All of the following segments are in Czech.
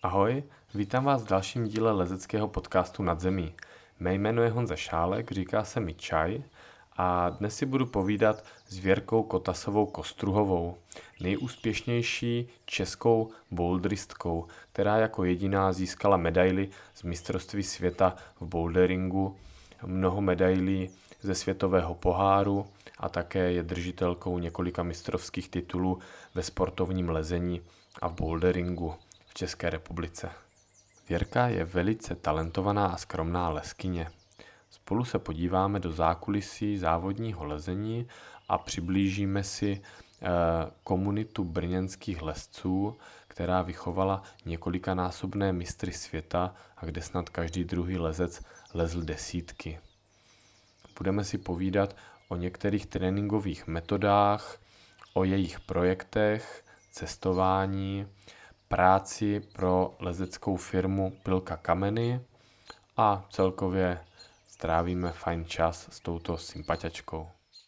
Ahoj, vítám vás v dalším díle lezeckého podcastu Nad zemí. Mé jméno je Honza Šálek, říká se mi Čaj a dnes si budu povídat s Věrkou Kotasovou Kostruhovou, nejúspěšnější českou boulderistkou, která jako jediná získala medaili z mistrovství světa v boulderingu, mnoho medailí ze světového poháru a také je držitelkou několika mistrovských titulů ve sportovním lezení a v boulderingu v České republice. Věrka je velice talentovaná a skromná lezkyně. Spolu se podíváme do zákulisí závodního lezení a přiblížíme si komunitu brněnských lezců, která vychovala několikanásobné mistry světa a kde snad každý druhý lezec lezl desítky. Budeme si povídat o některých tréninkových metodách, o jejich projektech, cestování, práci pro lezeckou firmu Pilka Kameny a celkově strávíme fajn čas s touto sympatiačkou.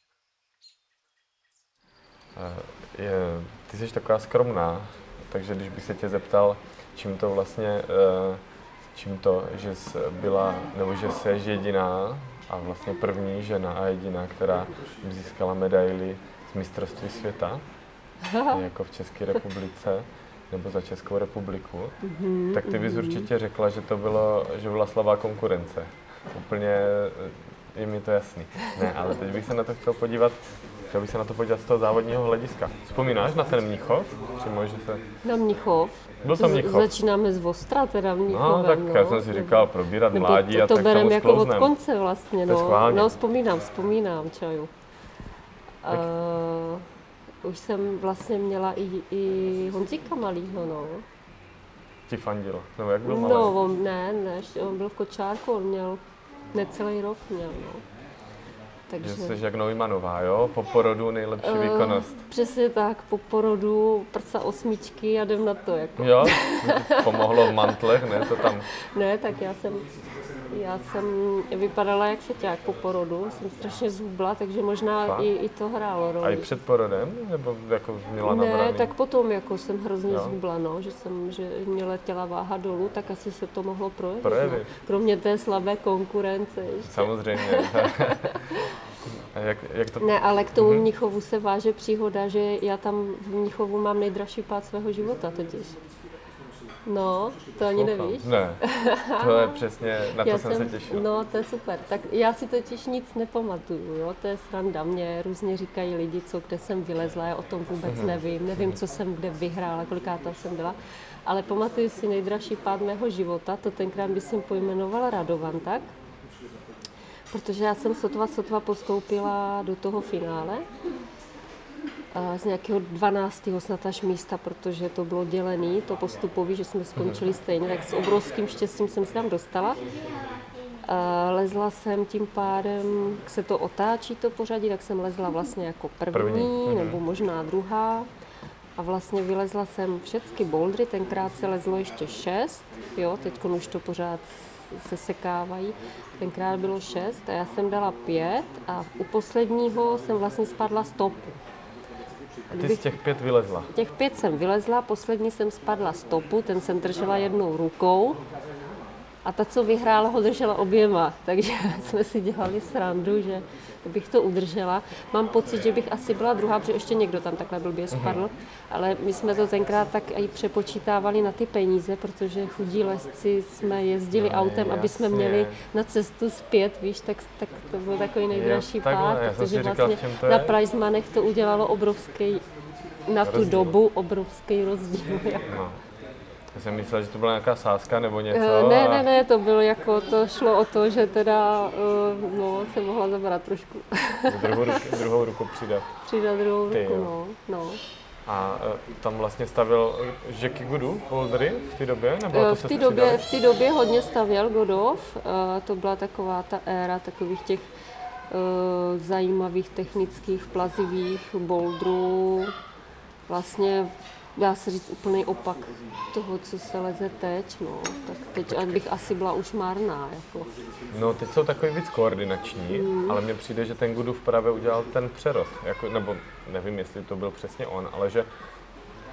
Ty jsi taková skromná, takže když bych se tě zeptal, čím to, že jsi byla, nebo že jsi jediná a vlastně první žena a jediná, která získala medaili z mistrovství světa, jako v České republice, nebo za Českou republiku, tak ty bys určitě řekla, že byla slabá konkurence. Úplně je mi to jasný. Ne, ale teď bych se na to chtěl bych se na to podívat z toho závodního hlediska. Vzpomínáš na ten Mnichov? Na Mnichov? Byl to Mnichov. Začínáme z Ostra, teda Mnichovem. No, tak já jsem si říkal probírat mládí a to tak tomu bereme jako sklouznem. od konce vlastně, no. Vzpomínám, Čaju. Už jsem vlastně měla i Honzíka malýho, no. Ti fandil, nebo jak byl malý? No, on byl v kočárku, on měl necelý rok, no. Takže... Že jsi jak Neumannová, jo? Po porodu nejlepší výkonnost. Přesně tak, po porodu prsa 8 a jdem na to, jako. Jo? Pomohlo v mantlech, ne? To tam... Ne, tak já jsem vypadala jak feťák po porodu, jsem strašně zhubla, takže možná i to hrálo roli. A i před porodem? Nebo jako měla nabraný? Ne, tak potom jako jsem hrozně zhubla, no, že mě letěla váha dolů, tak asi se to mohlo projevit. No. Kromě té slabé konkurence. Samozřejmě. Jak to... Ne, ale k tomu Mnichovu se váže příhoda, že já tam v Mnichovu mám nejdražší pád svého života totiž. No, to ani nevíš? Ne, to je přesně, na to jsem se těšil. No, to je super. Tak já si totiž nic nepamatuju, jo, to je sranda. Mě různě říkají lidi, kde jsem vylezla, já o tom vůbec nevím, co jsem kde vyhrála, kolikátá jsem byla. Ale pamatuju si nejdražší pád mého života, to tenkrát bych si pojmenovala Radovan, tak? Protože já jsem sotva postoupila do toho finále. Z nějakého 12. snad až místa, protože to bylo dělený, to postupový, že jsme skončili stejně, tak s obrovským štěstím jsem se tam dostala. Lezla jsem tím pádem, jak se to otáčí to pořadí, tak jsem lezla vlastně jako první. Nebo možná druhá. A vlastně vylezla jsem všechny bouldry, tenkrát se lezlo ještě 6, jo, teď už to pořád se sekávají. Tenkrát bylo 6 a já jsem dala 5 a u posledního jsem vlastně spadla stopu. Ty z těch 5 vylezla? Těch 5 jsem vylezla, poslední jsem spadla stopu, ten jsem držela jednou rukou a ta, co vyhrála, ho držela oběma, takže jsme si dělali srandu, že bych to udržela. Mám pocit, že bych asi byla druhá, protože ještě někdo tam takhle blbě spadl, ale my jsme to tenkrát tak i přepočítávali na ty peníze, protože chudí lezci jsme jezdili autem, aby jsme měli na cestu zpět, víš, tak to byl takový nejdražší pád, protože vlastně na Prizemanech to udělalo obrovský, na tu dobu obrovský rozdíl. Jako. Já jsem myslel, že to byla nějaká sázka nebo něco. Ne, to bylo jako, to šlo o to, že teda, se mohla zabrat trošku. Druhou ruku přidat. Přidat druhou ruku, no. A tam vlastně stavěl Jackie Goodů bouldery v té době? Nebo v té době hodně stavěl Godov. To byla taková ta éra takových těch zajímavých technických plazivých boulderů. Vlastně dá se říct úplný opak toho, co se leze teď, no. Tak teď bych asi byla už marná, jako. No, teď jsou takový víc koordinační, ale mně přijde, že ten Goodův právě udělal ten přerod, jako, nebo nevím, jestli to byl přesně on, ale že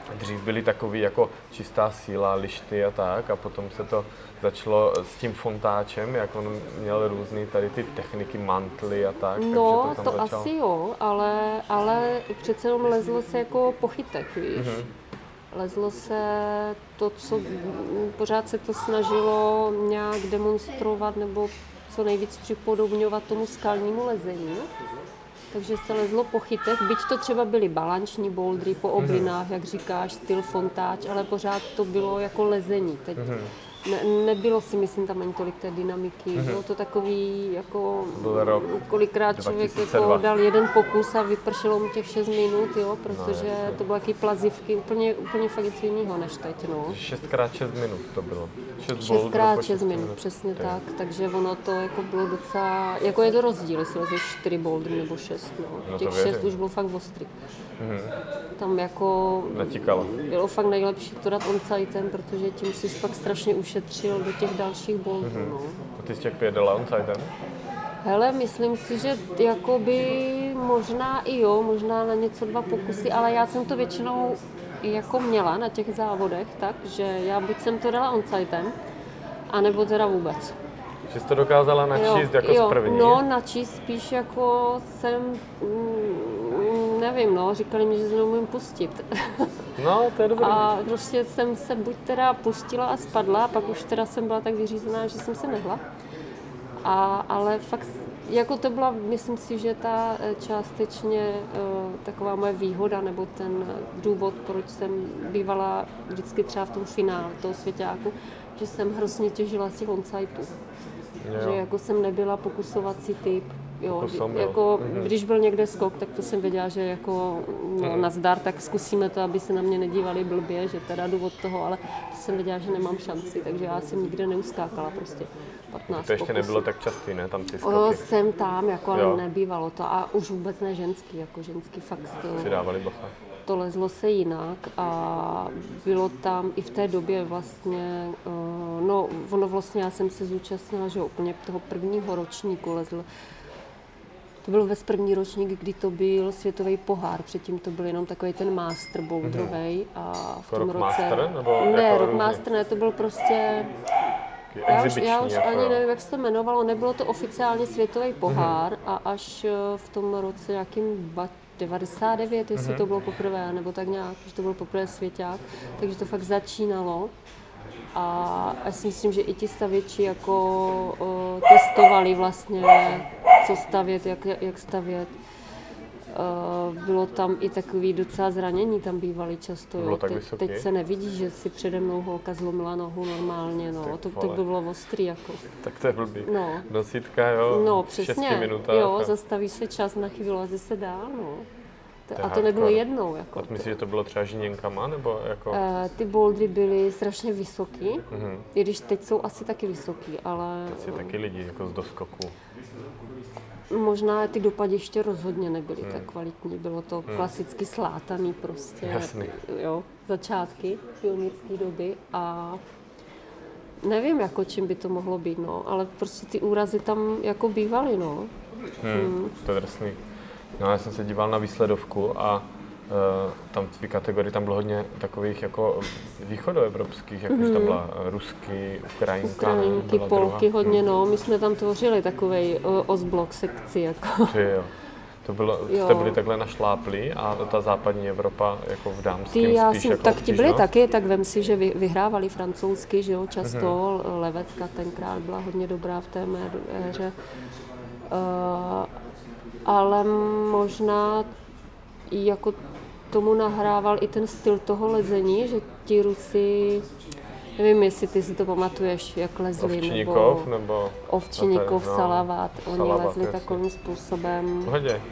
dřív byly takový jako čistá síla, lišty a tak, a potom se to začalo s tím fontáčem, jak on měl různý tady ty techniky, mantly a tak. No, takže to začalo... asi jo, ale přece jenom lezlo se jako po chytech, víš. Lezlo se to, co pořád se to snažilo nějak demonstrovat nebo co nejvíc připodobňovat tomu skalnímu lezení. Takže se lezlo po chytech, byť to třeba byly balanční bouldry po oblinách, jak říkáš, styl fontáč, ale pořád to bylo jako lezení. Teď nebylo si, myslím, tam ani tolik té dynamiky. Bylo to takový, jako kolikrát člověk jako dal jeden pokus a vypršelo mu těch 6 minut, jo, protože to bylo jaký plazivky, úplně fakt něco jiného než teď, no. 6x6 minut to bylo. 6x6 minut, přesně tak, takže ono to jako bylo docela, jako je to rozdíl, jestli lezeš 4 bouldry nebo 6, no. Těch 6 už bylo fakt ostrý. Tam jako natíkalo. Bylo fakt nejlepší to dát on-sitem, protože tím si pak strašně ušetřil do těch dalších boulderů. No. A ty jsi těch 5 dala on-sitem? Hele, myslím si, že jakoby možná i jo, možná na něco 2 pokusy, ale já jsem to většinou jako měla na těch závodech, takže já buď jsem to dala on-sitem, anebo teda vůbec. Že jsi to dokázala načíst jako z první? No, načíst spíš jako jsem, nevím, no, říkali mi, že se neumím pustit. No, to je dobré. A prostě jsem se buď teda pustila a spadla, a pak už teda jsem byla tak vyřízená, že jsem se nehla. Ale fakt, jako to byla, myslím si, že ta částečně taková moje výhoda, nebo ten důvod, proč jsem bývala vždycky třeba v tom finále toho svěťáku, že jsem hrozně těžila z těch on-sitů. Že jako jsem nebyla pokusovací typ. Jo, jako, když byl někde skok, tak to jsem věděla, že jako nazdar, tak zkusíme to, aby se na mě nedívali blbě, že teda jdu od toho, ale to jsem věděla, že nemám šanci, takže já jsem nikde neuskákala prostě 15 To ještě pokusů. nebylo tak častý, ne, tam ty skoky? Jsem tam, jako, ale nebývalo to a už vůbec ne ženský, jako ženský fakt si dávali bacha. To lezlo se jinak a bylo tam i v té době vlastně, no ono vlastně, já jsem se zúčastnila, že úplně toho prvního ročníku lezl. To byl vůbec první ročník, kdy to byl světový pohár, předtím to byl jenom takový ten master boulderovej a v tom roce... Rockmaster? Nebo ne, jako Rockmaster ne, to byl prostě... Já už ani nevím, jak se to jmenovalo, nebylo to oficiálně světový pohár a až v tom roce nějakým 99, jestli to bylo poprvé, nebo tak nějak, že to byl poprvé svěťák, takže to fakt začínalo. A já si myslím, že i ti stavěči jako testovali vlastně, co stavět, jak stavět. Bylo tam i takový docela zranění, tam bývaly často. Jo. Teď se nevidí, že si přede mnou holka zlomila nohu normálně, no. To bylo ostrý jako. Tak to je blbý. No. Nosítka, jo, no, v přesně, 6 minutách. Jo, zastaví se čas na chvíli a zase dál, no. A to nebylo jednou. Jako. A myslíš, že to bylo třeba žiněnkama, nebo jako? Ty bouldry byly strašně vysoký, i když teď jsou asi taky vysoký, ale... Teď jsou taky lidi jako z doskoku. Možná ty dopadiště rozhodně nebyly tak kvalitní, bylo to klasicky slátaný prostě. Jasný. Jo, začátky pionýrské doby a nevím, jako čím by to mohlo být, no, ale prostě ty úrazy tam jako bývaly, no. To je drsný. No, já jsem se díval na výsledovku a tam v té kategorii tam bylo hodně takových jako východoevropských, jakože tam byla rusky, Ukrajinka, Polky hodně, no. My jsme tam tvořili takovej Ostblok sekci, jako. Jo. To bylo, jste byli takhle našláplí a ta západní Evropa jako v dámském spíš jako tak ti byli taky, tak vem si, že vyhrávali francouzsky, že jo, často. Levetka tenkrát byla hodně dobrá v té mé éře. Ale možná i jako tomu nahrával i ten styl toho lezení, že ti Rusi, nevím, jestli ty si to pamatuješ, jak lezli, Ovčinnikov, no, Salavat, oni lezli takovým způsobem. Pohodě.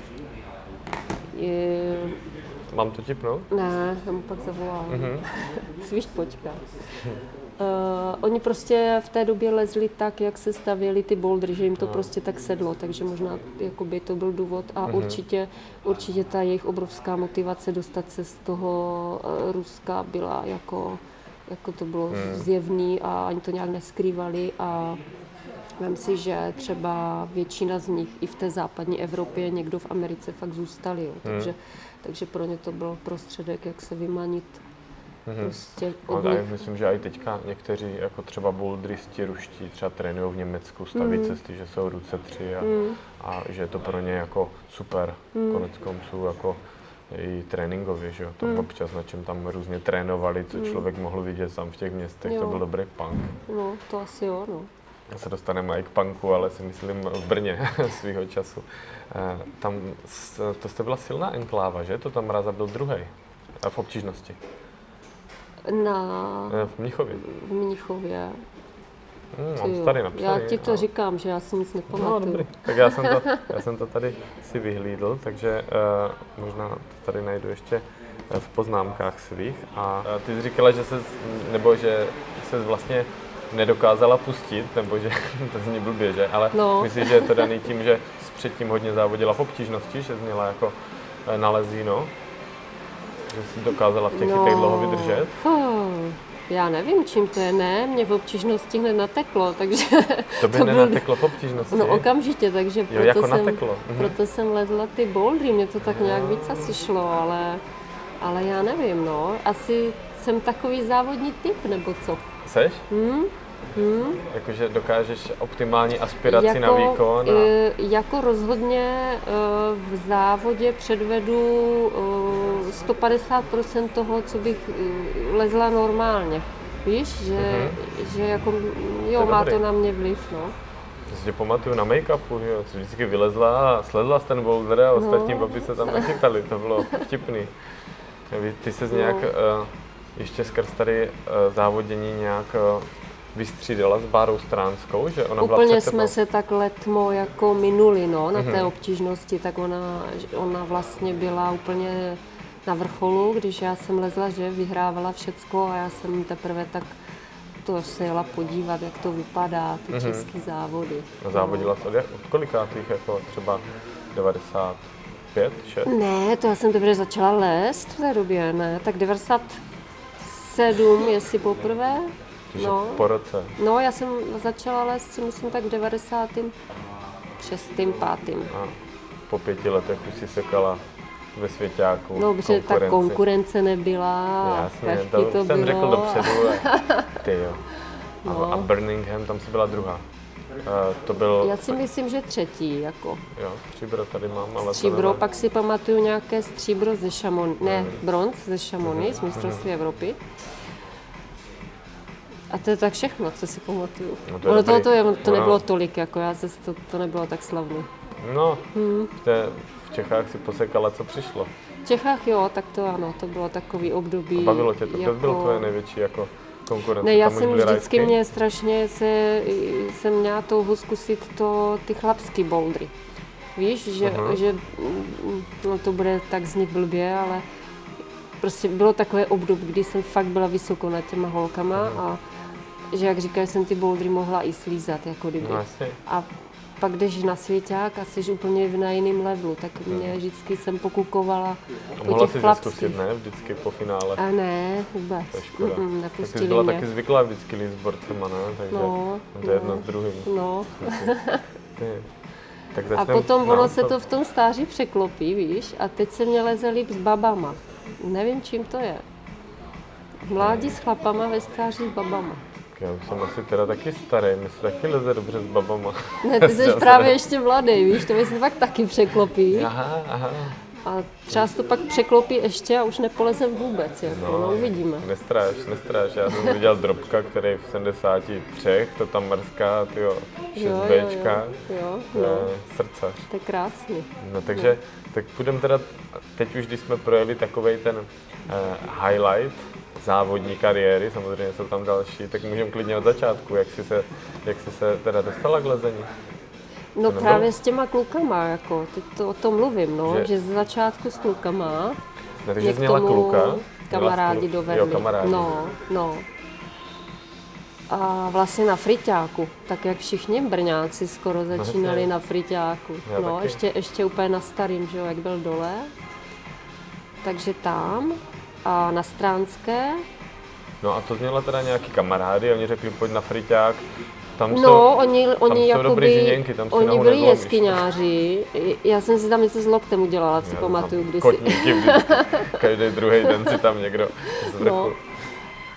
Mám to tipnout? Ne, já mu pak zavolám. Svíš, počkat. Oni prostě v té době lezli tak, jak se stavěli ty bouldry, že jim to prostě tak sedlo, takže možná jakoby to byl důvod a určitě ta jejich obrovská motivace dostat se z toho Ruska byla jako to bylo zjevný a ani to nějak neskrývali a vem si, že třeba většina z nich i v té západní Evropě, někdo v Americe fakt zůstali, jo. Takže pro ně to byl prostředek, jak se vymanit Prostě No, já myslím, že i teďka někteří jako třeba boulderisti ruští třeba trénují v Německu, staví cesty, že jsou ruce 3 a že je to pro ně jako super. Konec konců jako i tréninkově, že jo, to občas na čem tam různě trénovali, co člověk mohl vidět sám v těch městech, to byl dobrý punk. No, to asi jo, no. Se dostaneme i k punku, ale si myslím v Brně svýho času. Tam, to jste byla silná enkláva, že? To tam Mráza byl druhý v obtížnosti. V Mnichově. V Mnichově. Mám tady napsaný. Já ti to říkám, že já si nic nepamatuju. No, dobrý. Tak já jsem to tady si vyhlídl, takže možná to tady najdu ještě v poznámkách svých. A ty jsi říkala, že ses vlastně nedokázala pustit, nebo že to zní blbě, že? Ale myslíš, že je to daný tím, že jsi předtím hodně závodila v obtížnosti, že jsi měla jako nalezíno? Že jsi dokázala v těch chytech dlouho vydržet? Já nevím, čím to je, ne, mě v obtížnosti hned nateklo, takže... To by nenateklo v obtížnosti? No okamžitě, takže proto jsem lezla ty bouldry, mě to tak nějak víc asi šlo, ale já nevím, no, asi jsem takový závodní typ, nebo co? Seš? Jakože dokážeš optimální aspiraci na výkon? Jako rozhodně v závodě předvedu 150% toho, co bych lezla normálně. Víš, že jako, jo, má to na mě vliv, no. Já si tě pamatuju na make-upu, že jo, jsi vždycky vylezla a sledla ten boulder a ostatní babi se tam nachytali, to bylo vtipný. Ty ses nějak ještě skrz tady závodění nějak vystřídala s Bárou Stránskou, že ona byla úplně jsme se tak letmo jako minuli, no, na té obtížnosti, tak ona vlastně byla úplně na vrcholu, když já jsem lezla, že vyhrávala všecko a já jsem teprve tak to se jela podívat, jak to vypadá, ty český závody. A závodila jsi od kolikátých, jako třeba 95, 6? Ne, to já jsem teprve začala lézt v té době, ne, tak 97, jestli poprvé. No. Po roce. No, já jsem začala lézt si myslím tak v 96. 5. A po 5 letech už si sekala ve svěťáku. No, protože ta konkurence nebyla. Jasně, to jsem řekl dopředu. Ty jo. No. A Birmingham, tam si byla druhá. To byl... Já si myslím, že třetí, jako. Jo, stříbro tady mám, ale stříbro, pak si pamatuju nějaké stříbro ze Chamonix, ne, bronz ze Chamonix, z mistrovství Evropy. A to je tak všechno, co si pamatuju. No to nebylo tolik, jako to nebylo tak slavné. No, v Čechách si posekala, co přišlo. V Čechách jo, tak to ano, to bylo takový období. A bavilo tě to, kdo byl tvoje největší jako konkurence? Ne, já jsem vždycky jsem měla touhu zkusit ty chlapský bouldry. Víš, že no to bude tak znít blbě, ale prostě bylo takové období, kdy jsem fakt byla vysoko nad těma holkama a že jak říkáš, jsem ty bouldry mohla i slízat, jako kdyby. No, a pak jdeš na svěťák a jsi úplně na jiném levelu, tak mě vždycky jsem pokukovala po těch chlapských. Zkusit, ne? Vždycky po finále. A ne, vůbec. To je škoda. Nepustili tak ty jsi byla taky zvyklá vždycky líst s borcema, ne? Takže to je jedno s druhým. No. Tak a potom ono se to v tom stáří překlopí, víš, a teď se mě leze líp s babama. Nevím, čím to je. Mládí s chlapama, ve stáří s babama. Já už jsem asi teda taky starý, mi se taky leze dobře s babama. Ne, ty jsi právě ještě mladý, víš, to mi se pak taky překlopí. Aha. A třeba se to pak překlopí ještě a už nepolezem vůbec, jako, no uvidíme. Nestráš, já jsem viděl Drobka, který v 73, to tam mrská, tyjo, 6Bčka, srdcař. To je krásný. No takže, tak půjdeme teda, teď už když jsme projeli takovej ten highlight závodní kariéry, samozřejmě jsou tam další, tak můžeme klidně od začátku, jak jsi se teda dostala k lezení? No právě s těma klukama, jako, teď to o tom mluvím, no, že z začátku s klukama. No, takže jsi měla kluka? Kamarádi dovedli. Jo, kamarádi. No. A vlastně na friťáku, tak jak všichni Brňáci skoro začínali na friťáku. No, ještě úplně na starým, že jo, jak byl dole. Takže tam a na Stránské. No a to měla teda nějaký kamarády a oni řekli, pojď na friťák. Oni jakoby, oni byli jeskyňáři. Já jsem si tam něco s loktem udělala, si pamatuju kdysi. Kotníky vždycky, každý druhý den si tam někdo z vrchu.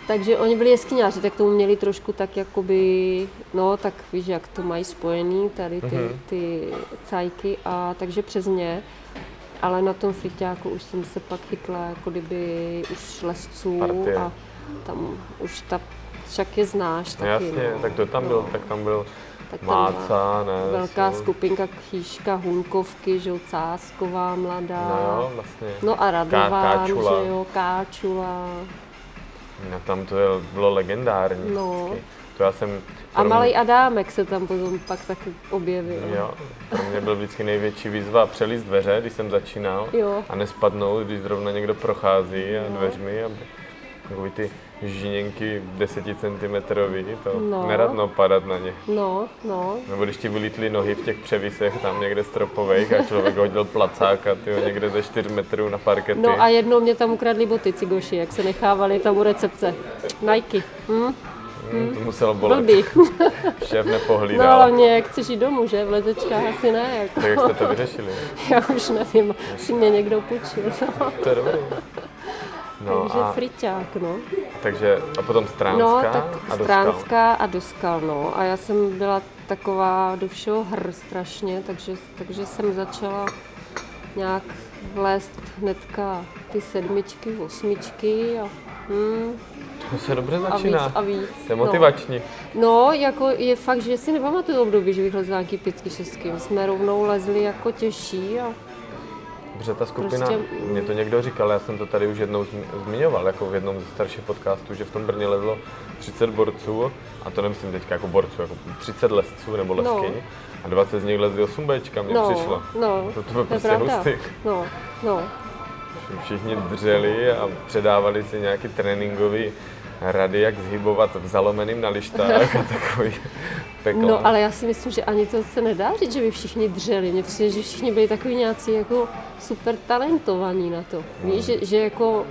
Takže oni byli jeskyňáři, tak tomu měli trošku tak jakoby, no tak víš, jak to mají spojený, tady ty cajky, a takže přes mě. Ale na tom friťáku už jsem se pak chytla jako kdyby už lesců Partie. A tam už ta, však je znáš taky. Jasně, no. tak to tam byl, tak tam byl Tak tam Máca, ne? velká skupinka Křížka, Hunkovky, že jo, Cásková mladá. No jo, vlastně. No a Radován, Káčula. že jo, Káčula. No, tam to bylo legendární. No. Vždycky. To já jsem... A malý Adámek se tam potom pak taky objevil. Jo, pro mě byl vždycky největší výzva přelíst dveře, když jsem začínal. Jo. A nespadnout, když zrovna někdo prochází a dveřmi. Aby takový ty žiněnky 10 cm, to neradno padat na ně. No. Nebo když ti vylítly nohy v těch převisech tam někde stropových a člověk hodil placák a tyjo, někde ze 4 metrů na parkety. No a jednou mě tam ukradli boty cigoši, jak se nechávali tam u recepce. Nike. To muselo bolet. Blbý. Šéf No nepohlídal. hlavně, jak chceš jít domů, že? V lezečkách asi ne. Jako. Tak jak jste to vyřešili? Já už nevím, si mě někdo půjčil. No. To je dobré. No Takže friťák, no. Takže a potom Stránská No, tak a do Stránská a do skal, no. A já jsem byla taková do všeho strašně, takže jsem začala nějak lézt hnedka ty 7, 8 a To se dobře začíná. a víc. To je motivační. No, jako je fakt, že si nepamatuju období, že bych lezla nějaký 5, 6. My jsme rovnou lezli jako těžší a Protože ta skupina, prostě- mě to někdo říkal, já jsem to tady už jednou zmiňoval, jako v jednom ze starších podcastů, že v tom Brně lezlo 30 borců, a to nemyslím teďka jako borců, jako 30 lesců nebo leskyň, a 20 z nich lezli 8Bčka, mně přišlo. To bylo je prostě pravda. hustý. No. Všichni dřeli a předávali si nějaký tréninkový rady, jak zhybovat v zalomeným na lištách a takový pekla. No, ale já si myslím, že ani to se nedá říct, že by všichni dřeli. Mně přijde, že všichni byli takový nějací jako super talentovaní na to. Víš, že jako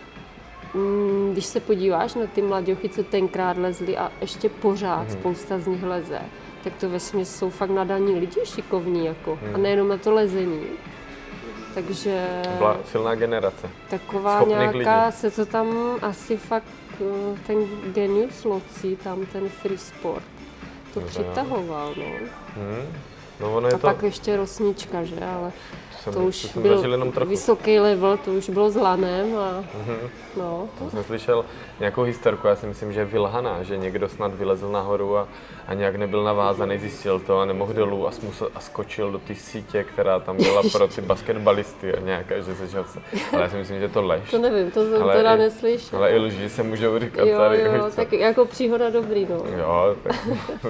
když se podíváš na ty mladěchy, co tenkrát lezli a ještě pořád spousta z nich leze, tak to vesměs jsou fakt nadaní lidi šikovní jako. A nejenom na to lezení. Takže Byla silná generace. taková schopných nějaká, lidí. se to tam asi fakt ten genius loci, tam ten free sport, to přitahoval, no. No ono je A to, pak ještě Rosnička, že, ale to už jsem byl zažil jenom trochu. vysoký level, to už bylo s lanem a no. To jsem slyšel nějakou historku, já si myslím, že je vylhaná, že někdo snad vylezl nahoru a nějak nebyl navázaný, zjistil to a nemohl dolů a skočil do té sítě, která tam byla pro ty basketbalisty a nějaká, že se žil. Ale já si myslím, že to lež. To nevím, to jsem teda neslyšel. Ale i lži se můžou říkat Jo, tady. jo, tak jako příhoda dobrý, no. Jo, tak,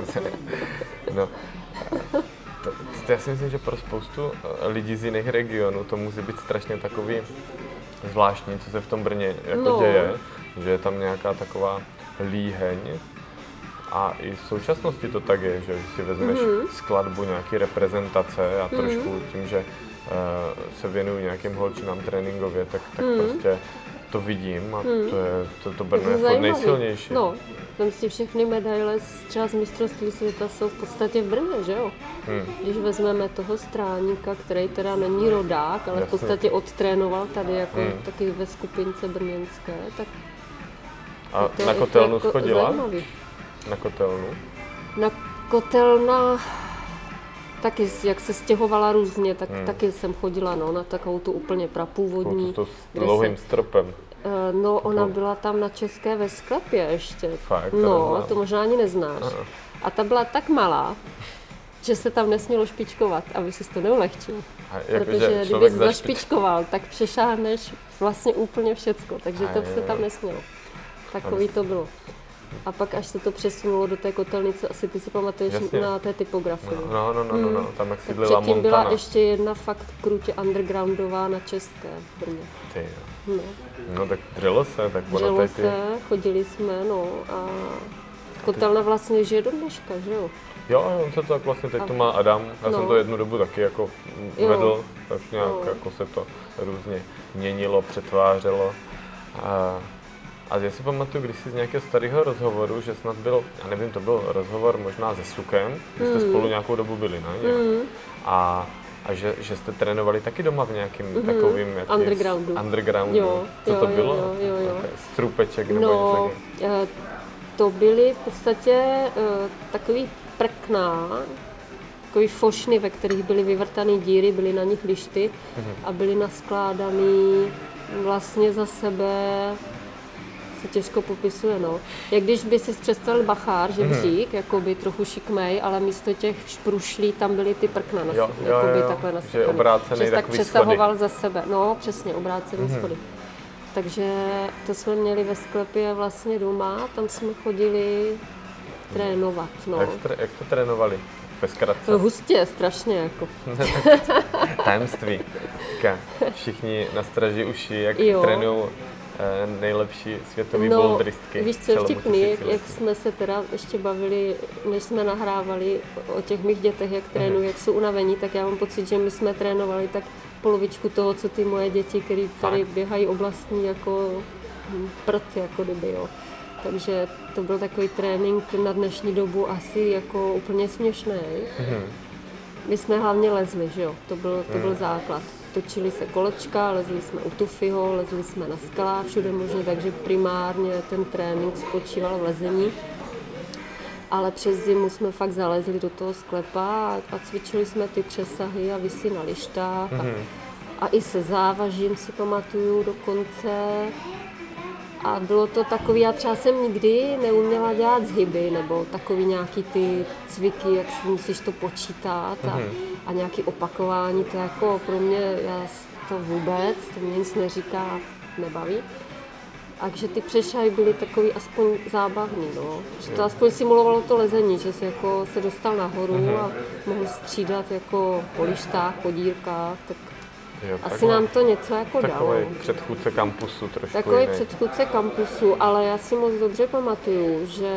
no. To já si myslím, že pro spoustu lidí z jiných regionů to musí být strašně takový zvláštní, co se v tom Brně jako děje, že je tam nějaká taková líheň a i v současnosti to tak je, že když si vezmeš skladbu nějaký reprezentace a trošku tím, že se věnuju nějakým holčinám tréninkově, tak prostě to vidím a to Brno je furt nejsilnější. No, tam si všechny medaile třeba z mistrovství světa jsou v podstatě v Brně, že jo? Když vezmeme toho Stráníka, který teda není rodák, ale v podstatě odtrénoval tady jako taky ve skupince brněnské, tak a to na Kotelnu jako schodila? zajímavý. Na Kotelnu? Na Kotelna taky, jak se stěhovala různě, tak taky jsem chodila na takovou tu úplně prapůvodní. To s dlouhým stropem. No, ona byla tam na České ve sklepě ještě. Fakt, to no, neznám. to možná ani neznáš. Aha. A ta byla tak malá, že se tam nesmělo špičkovat, aby si to neulehčil. Protože kdyby zašpičkoval, tak přešáhneš vlastně úplně všecko, takže to se tam nesmělo. Takový to bylo. A pak až se to přesunulo do té kotelnice, asi ty si pamatuješ na té typografii. No, tam jak sídlila Předtím Montana. byla ještě jedna fakt krutě undergroundová na České v Brně. Ty jo. No tak dřelo se, tak ono Dřelo tady se, chodili jsme, a Kotelna vlastně žije do dneška, že jo? Jo, on se to tak vlastně teď to má Adam, já jsem to jednu dobu taky jako vedl, tak nějak jako se to různě měnilo, přetvářelo. A já si pamatuju, když si z nějakého starého rozhovoru, že snad byl, já nevím, to byl rozhovor možná se Sukem, když jste spolu nějakou dobu byli, ne? A A že jste trénovali taky doma v nějakým takovým undergroundu. Jo, Co to bylo? Jo. Strupeček nebo no, něco? To byly v podstatě takový prkna, takový fošny, ve kterých byly vyvrtané díry, byly na nich lišty a byly naskládaný vlastně za sebe, se těžko popisuje, no. Jak když by si představil bachár, žebřík, jakoby trochu šikmej, ale místo těch šprušlí tam byly ty prkna takhle nasypaný. Že obrácený tak přesahoval za sebe, no přesně, obrácený schody. Takže to jsme měli ve sklepě vlastně doma, tam jsme chodili trénovat, no. Jak to trénovali? Ve zkratce? Hustě, strašně jako. Tajemství. Všichni nastraží uši, jak trénují nejlepší světový bouldristky. Víš, co je vtipný, jak jsme se teda ještě bavili, než jsme nahrávali o těch mých dětech, jak trénují, jak jsou unavení, tak já mám pocit, že my jsme trénovali tak polovičku toho, co ty moje děti, které tady běhají oblastní jako prd, jako kdyby, jo. Takže to byl takový trénink na dnešní dobu asi jako úplně směšný. My jsme hlavně lezli, že jo, to byl základ. Točili se kolečka, lezli jsme u tufyho, lezli jsme na skalách, všude možně, takže primárně ten trénink spočíval v lezení. Ale přes zimu jsme fakt zalezli do toho sklepa a cvičili jsme ty přesahy a visy na lištách a i se závažím si pamatuju dokonce. A bylo to takový, já třeba jsem nikdy neuměla dělat zhyby, nebo takový nějaký ty cviky, jak si musíš to počítat a nějaké opakování, to jako pro mě, to vůbec, to mě nic neříká, nebaví. Takže ty přešahy byly takový aspoň zábavný, no. Že to aspoň simulovalo to lezení, že se jako se dostal nahoru a mohl střídat jako po lištách, po dírkách, tak jo, asi nám to něco jako dalo. Takový předchůdce kampusu trošku. Takový předchůdce kampusu, ale já si moc dobře pamatuju, že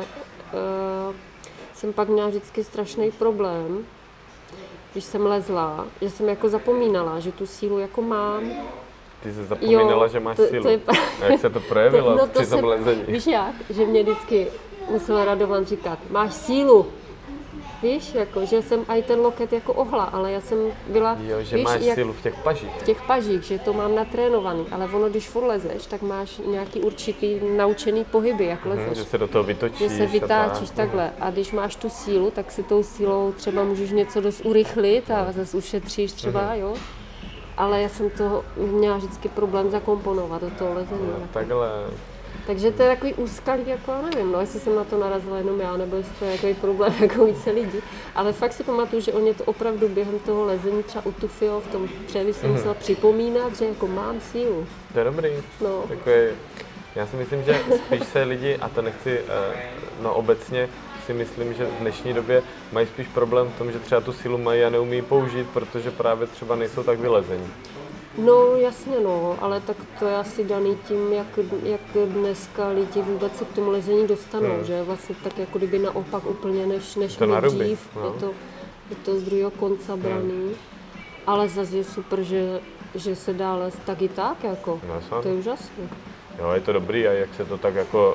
jsem pak měla vždycky strašný problém, když jsem lezla, že jsem jako zapomínala, že tu sílu jako mám. Ty jsi zapomínala, že máš sílu. A jak se to projevilo při tom lezení? Víš jak? Že mě vždycky musel Radovan říkat, máš sílu. Víš, jako, že jsem aj ten loket jako ohla, ale já jsem byla... Jo, že víš, máš sílu v těch pažích. V těch pažích, že to mám natrénovaný, ale ono, když furt lezeš, tak máš nějaký určitý naučený pohyby, jak lezeš. Že se do toho vytočíš. Že se vytáčíš takhle. A když máš tu sílu, tak si tou sílou třeba můžeš něco dost urychlit a zase ušetříš třeba, jo. Ale já jsem to měla vždycky problém zakomponovat do toho lezení. Takhle. Takže to je takový úskalí, jako nevím, no, jestli jsem na to narazila jenom já, nebo jestli to je takový problém jako více lidí. Ale fakt si pamatuju, že on je to opravdu během toho lezení, třeba u Tufio, v tom převi jsem musela připomínat, že jako mám sílu. To je dobrý. No. Takový, já si myslím, že spíš se lidi, a to nechci, no obecně si myslím, že v dnešní době mají spíš problém v tom, že třeba tu sílu mají a neumí použít, protože právě třeba nejsou tak vylezení. No jasně, no, ale tak to je asi daný tím, jak dneska lidi vůbec se k tomu lezení dostanou, že vlastně tak jako kdyby naopak úplně než my dřív, no. je to z druhého konce braný, ale zase je super, že se dá lézt tak i tak, jako, to je úžasné. Jo, je to dobrý a jak se to tak jako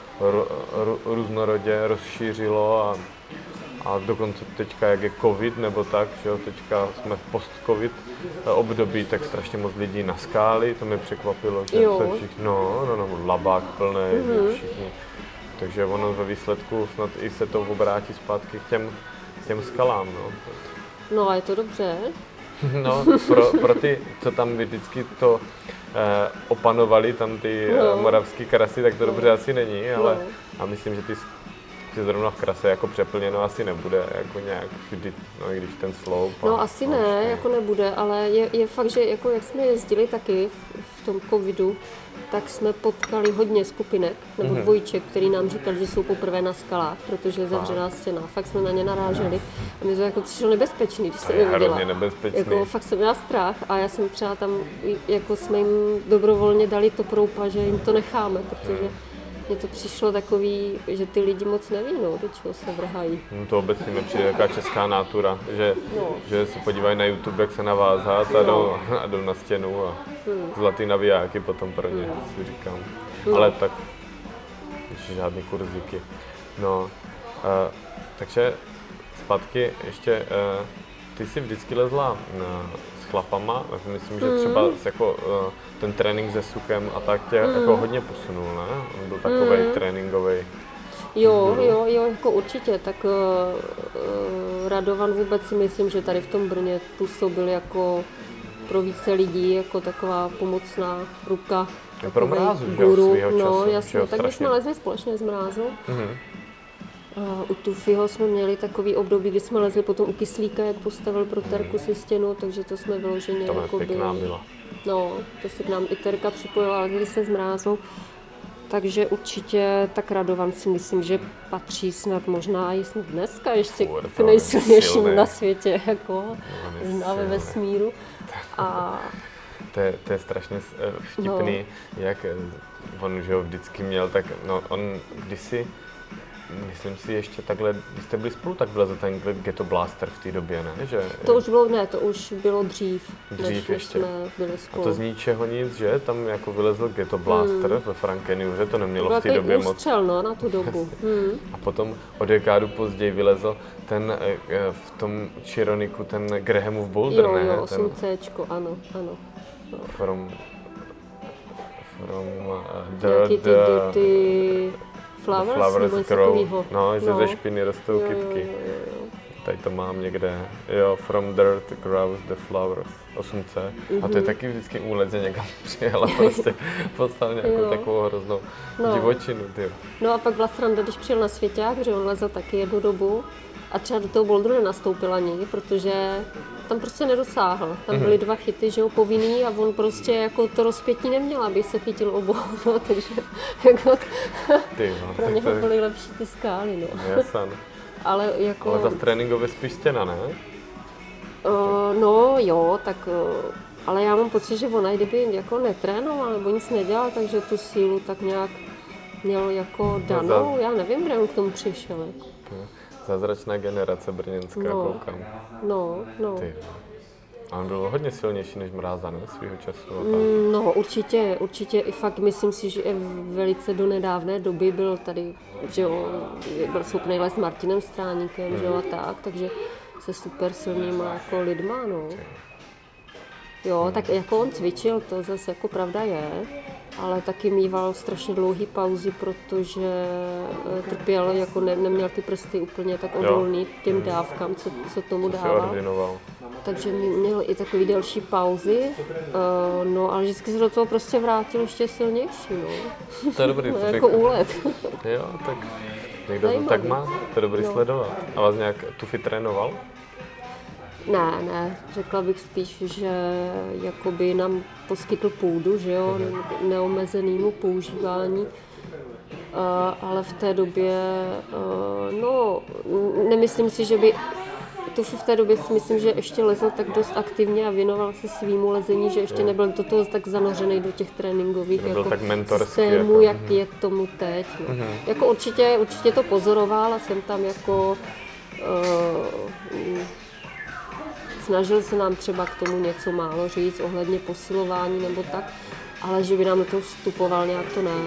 různorodě rozšířilo a dokonce teďka, jak je covid nebo tak, že jo, teďka jsme v post-covid období, tak strašně moc lidí na skály, to mě překvapilo, že se všichni, labák plný, všichni. Takže ono ve výsledku snad i se to obrátí zpátky k těm skalám, no. No a je to dobře. No, pro ty, co tam vždycky to opanovali, tam ty moravský krasy, tak to dobře asi není, ale a myslím, že že zrovna v krase jako přeplněno asi nebude, jako nějak vždy, no i když ten sloup. No asi ne, jako nebude, ale je fakt, že jako jak jsme jezdili taky v tom covidu, tak jsme potkali hodně skupinek, nebo dvojček, který nám říkali, že jsou poprvé na skalách, protože je zavřená stěna. Fakt jsme na ně naráželi a mi to jako přišlo nebezpečný, když jsem je viděla. Jako fakt jsem měla strach a já jsem třeba tam, jako jsme jim dobrovolně dali to proupa, že jim to necháme, protože mně to přišlo takový, že ty lidi moc neví, no, do čeho se vrhají. No to obecně mi přijde taková česká natura, že se podívají na YouTube, jak se navázat a jdou na stěnu a zlatý navijáky potom pro ně, si říkám. Ale tak, žádný kurzíky. No, takže zpátky ještě ty jsi vždycky lezla s chlapama, myslím, že třeba jako ten trénink se sukem a tak tě jako hodně posunul, ne? On byl takovej tréninkový. Jo, jako určitě, tak Radovan vůbec si myslím, že tady v tom Brně působil jako pro více lidí, jako taková pomocná ruka. Pro Mrázu, guru, svýho času. No jasně, tak my jsme lezli společně s Mrázou. U Tufiho jsme měli takový období, kdy jsme lezli potom u Kyslíka, jak postavil pro Terku si stěnu, takže to jsme vyloženě jako pěkná byla. No, to si k nám i Terka připojila, lezli se s Mrázou. Takže určitě tak Radovan si myslím, že patří snad možná i snad dneska ještě k nejsilnějším na světě, jako ve vesmíru. A to je strašně vtipný, jak on že ho vždycky měl, tak no on kdysi, myslím si ještě takhle, když jste byli spolu, tak vylezl ten Ghetto Blaster v té době, ne? Že, to už bylo dřív než ještě. Jsme byli spolu. A to z ničeho nic, že? Tam jako vylezl Ghetto Blaster ve Frankeniu, že to nemělo v té době moc. Ústřel, no, na tu dobu. A potom o dekádu později vylezl ten v tom Chironiku, ten Grahamův boulder, ne? Jo, 8Cčko, ano. From Dirty Flowers grow. No, že ze špiny rostou kytky. Tady to mám někde. Jo, from dirt grows the flowers. 8C. A to je taky vždycky úlet, že někam přijel a prostě postavil nějakou takovou hroznou divočinu. Tyjo. No a pak byla sranda, když přijel na Svěťák, že on lezl taky jednu dobu a třeba do toho boulderu nenastoupil ani, protože tam prostě nedosáhl. Tam byly 2 chyty, že jo, povinný a on prostě jako to rozpětí neměl, aby se chytil obou, no, takže jako pro něho byly lepší ty skály, no. Jasně. Ale za tréninkově spíš stěna, ne? No jo, tak ale já mám pocit, že ona, kdyby jako netrénoval nebo nic nedělal, takže tu sílu tak nějak měl jako danou, já nevím, kde on k tomu přišel. Jako. Zázračná generace brněnská, koukám. No. A on byl hodně silnější než Mráza, ne? Svýho času. No určitě i fakt myslím si, že velice do nedávné doby byl tady, že jo, byl schopný les s Martinem Stráníkem, že jo, a tak, takže se super silnýma jako lidma, no. Jo, tak jako on cvičil, to zase jako pravda je, ale taky mýval strašně dlouhý pauzy, protože trpěl, jako neměl ty prsty úplně tak odolný těm dávkám, co tomu dával. Takže měl i takový delší pauzy, no ale vždycky se do toho prostě vrátil ještě silnější, no. To je dobrý, no, jako úlet. Jo, tak někdo to tak má, to je dobrý sledovat. A vás nějak Tufi trénoval? Ne, řekla bych spíš, že jakoby nám poskytl půdu, že jo, neomezenému používání, ale v té době, no, nemyslím si, že by, Tufi v té době si myslím, že ještě lezl tak dost aktivně a věnoval se svýmu lezení, že ještě nebyl do toho tak zanořený do těch tréninkových jako tak systémů, jak je tomu teď. No. Jako určitě to pozoroval a jsem tam jako snažil se nám třeba k tomu něco málo říct ohledně posilování nebo tak, ale že by nám do toho vstupoval nějak, to ne.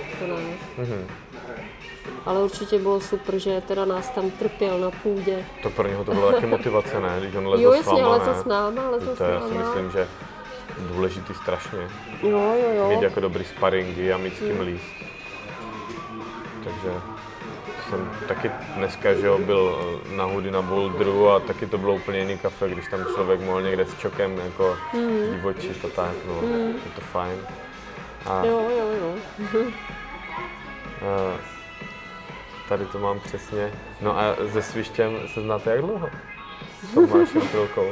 Ale určitě bylo super, že teda nás tam trpěl na půdě. To pro něho to byla taky motivace, ne? Když on lezl jo, s váma, lezl s náma. To já si myslím, že důležitý strašně. Jo. Mít jako dobrý sparingy a mít s kým líst. Takže jsem taky dneska, že jo, byl na Hudy na boulderu a taky to bylo úplně jiný kafe, když tam člověk mohl někde s čokem jako divočit a tak, no, je to fajn. Jo. Tady to mám přesně. No a se Svištěm se znáte jak dlouho? S Tomášem Chvilkou.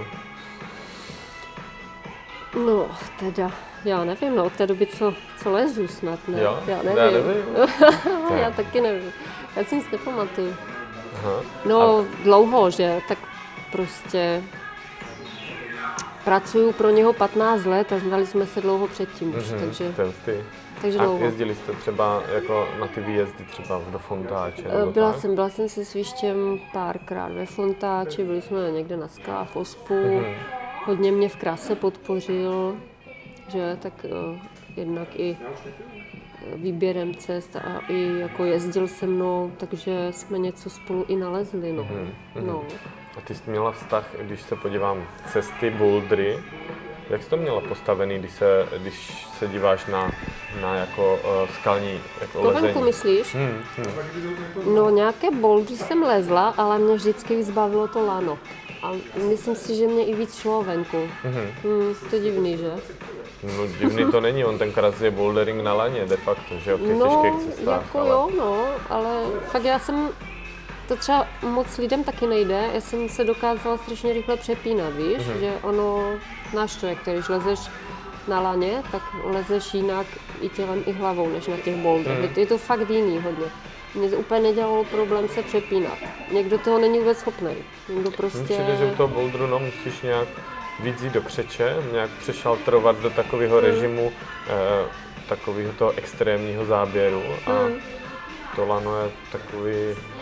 No, teda, já nevím, no, od té doby, co lezu snad, ne? Jo? Já nevím. Já taky nevím. Já si nic nepamatuju. Aha. No, dlouho, že? Tak prostě pracuju pro něho 15 let a znali jsme se dlouho předtím už, takže dlouho. A jezdili jste třeba jako na ty výjezdy třeba do Fontáče? Byla jsem se Svištěm párkrát ve Fontáči, byli jsme někde na skách, Ospu. Hodně mě v Krase podpořil, že tak jednak i výběrem cest a i jako jezdil se mnou, takže jsme něco spolu i nalezli, no. A ty jsi měla vztah, když se podívám, cesty, bouldry, jak jsi to měla postavený, když se díváš na jako skalní jako lezení? Kovenku myslíš? No nějaké bouldry jsem lezla, ale mě vždycky víc bavilo to lano. A myslím si, že mě i víc šlo venku. To je divný, že? No divný to není, on tenkrát je bouldering na laně de facto, že jo, v těch těžkých cestách. Jako ale... jo, no, ale fakt já jsem, to třeba moc lidem taky nejde, já jsem se dokázala strašně rychle přepínat, víš, že ono, náš člověk, když lezeš na laně, tak lezeš jinak i tělem, i hlavou, než na těch boulderech. Je to fakt jiný hodně. Mně úplně nedělalo problém se přepínat. Někdo toho není vůbec schopný. Někdo prostě... Přijde, že u toho bouldru musíš nějak víc jít do křeče, nějak přešaltrovat do takového režimu, takového toho extrémního záběru a to lano je takový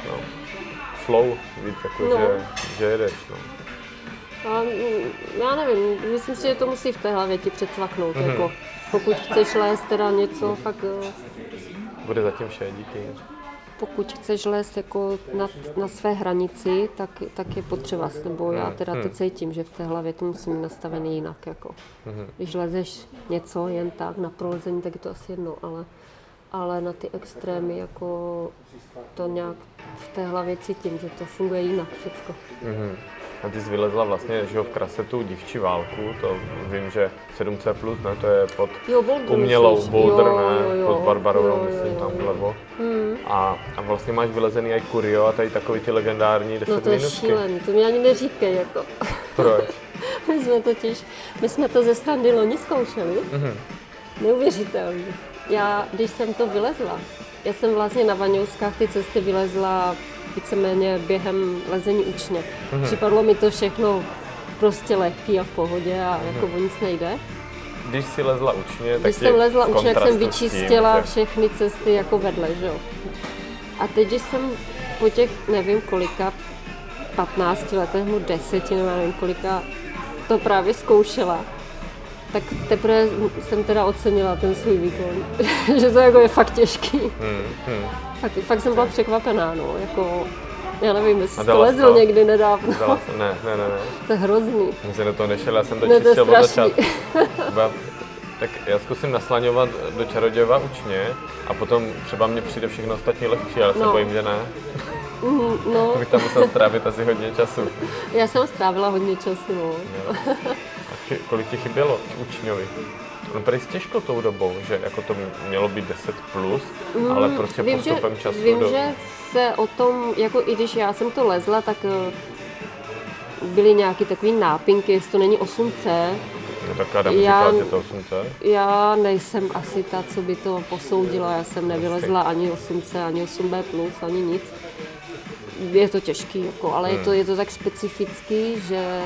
flow, víc jako, že jedeš. No. A já nevím, myslím si, že to musí v té hlavě ti předsvaknout, jako pokud chceš lézt teda něco, fakt... Bude zatím vše, díky. Pokud chceš lézt jako na své hranici, tak je potřeba, nebo já teda to cítím, že v té hlavě to musím mít nastavený jinak. Jako. Když lezeš něco jen tak na prolezení, tak je to asi jedno, ale na ty extrémy jako to nějak v té hlavě cítím, že to funguje jinak všecko. A ty jsi vylezla vlastně, že v Krase tu dívčí válku, to vím, že 7C+, ne, to je pod umělou boulder, ne, pod Barbarovou, myslím, tam vlevo. A vlastně máš vylezený i Kurio a tady takový ty legendární 10 minutky. No to je šílený, to mi ani neříkej, jako. Proč? My jsme to ze srandy loni zkoušeli, neuvěřitelný. Když jsem to vylezla, já jsem vlastně na Vaňouskách ty cesty vylezla víceméně během lezení učně. Připadlo mi to všechno prostě lehký a v pohodě a jako o nic nejde. Když jsi lezla učně, tak když jsem lezla učně, tak jsem vyčistila všechny cesty jako vedle, že jo. A teď, když jsem po těch, nevím kolika, 15 letech, 10, nebo nevím kolika, to právě zkoušela, tak teprve jsem teda ocenila ten svůj výkon, že to jako je fakt těžký. Fakt jsem byla překvapená, no, jako, já nevím, jestli jsi to lezl někdy nedávno. Ne. To je hrozný. Já jsem do toho nešel, já jsem to čistil od začátku. Tak já zkusím naslaňovat do Čarodějova učně a potom třeba mě přijde všechno ostatní lehčí, ale se bojím, že ne. To bych tam musel strávit asi hodně času. Já jsem strávila hodně času, no. A kolik ti chybělo učňovi? No prý těžko tou dobou, že jako to mělo být 10+, ale prostě postupem času. Vím, že se o tom, jako i když já jsem to lezla, tak byly nějaké takové nápinky, jestli to není 8C. No tak Adam říkal, že to 8C? Já nejsem asi ta, co by to posoudila, já jsem nevylezla ani 8C, ani 8B+, ani nic. Je to těžký, jako, ale je to tak specifický, že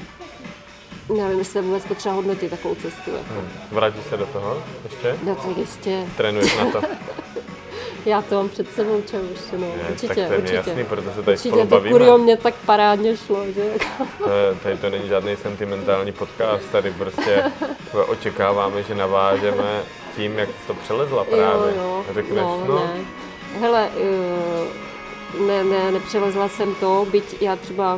nevím, jestli vůbec potřeba hodnotit takovou cestu. Jako. Vrátíš se do toho ještě? No tak jistě. Trénuješ na to? Já to mám před sebou, ještě, no. Určitě, tak to je mi jasný, protože se tady spolu to bavíme. Kurio mě tak parádně šlo, že? Tady to není žádný sentimentální podcast, tady prostě očekáváme, že navážeme tím, jak to přelezla právě. Řekneš, ne. Hele, nepřelezla jsem to, byť já třeba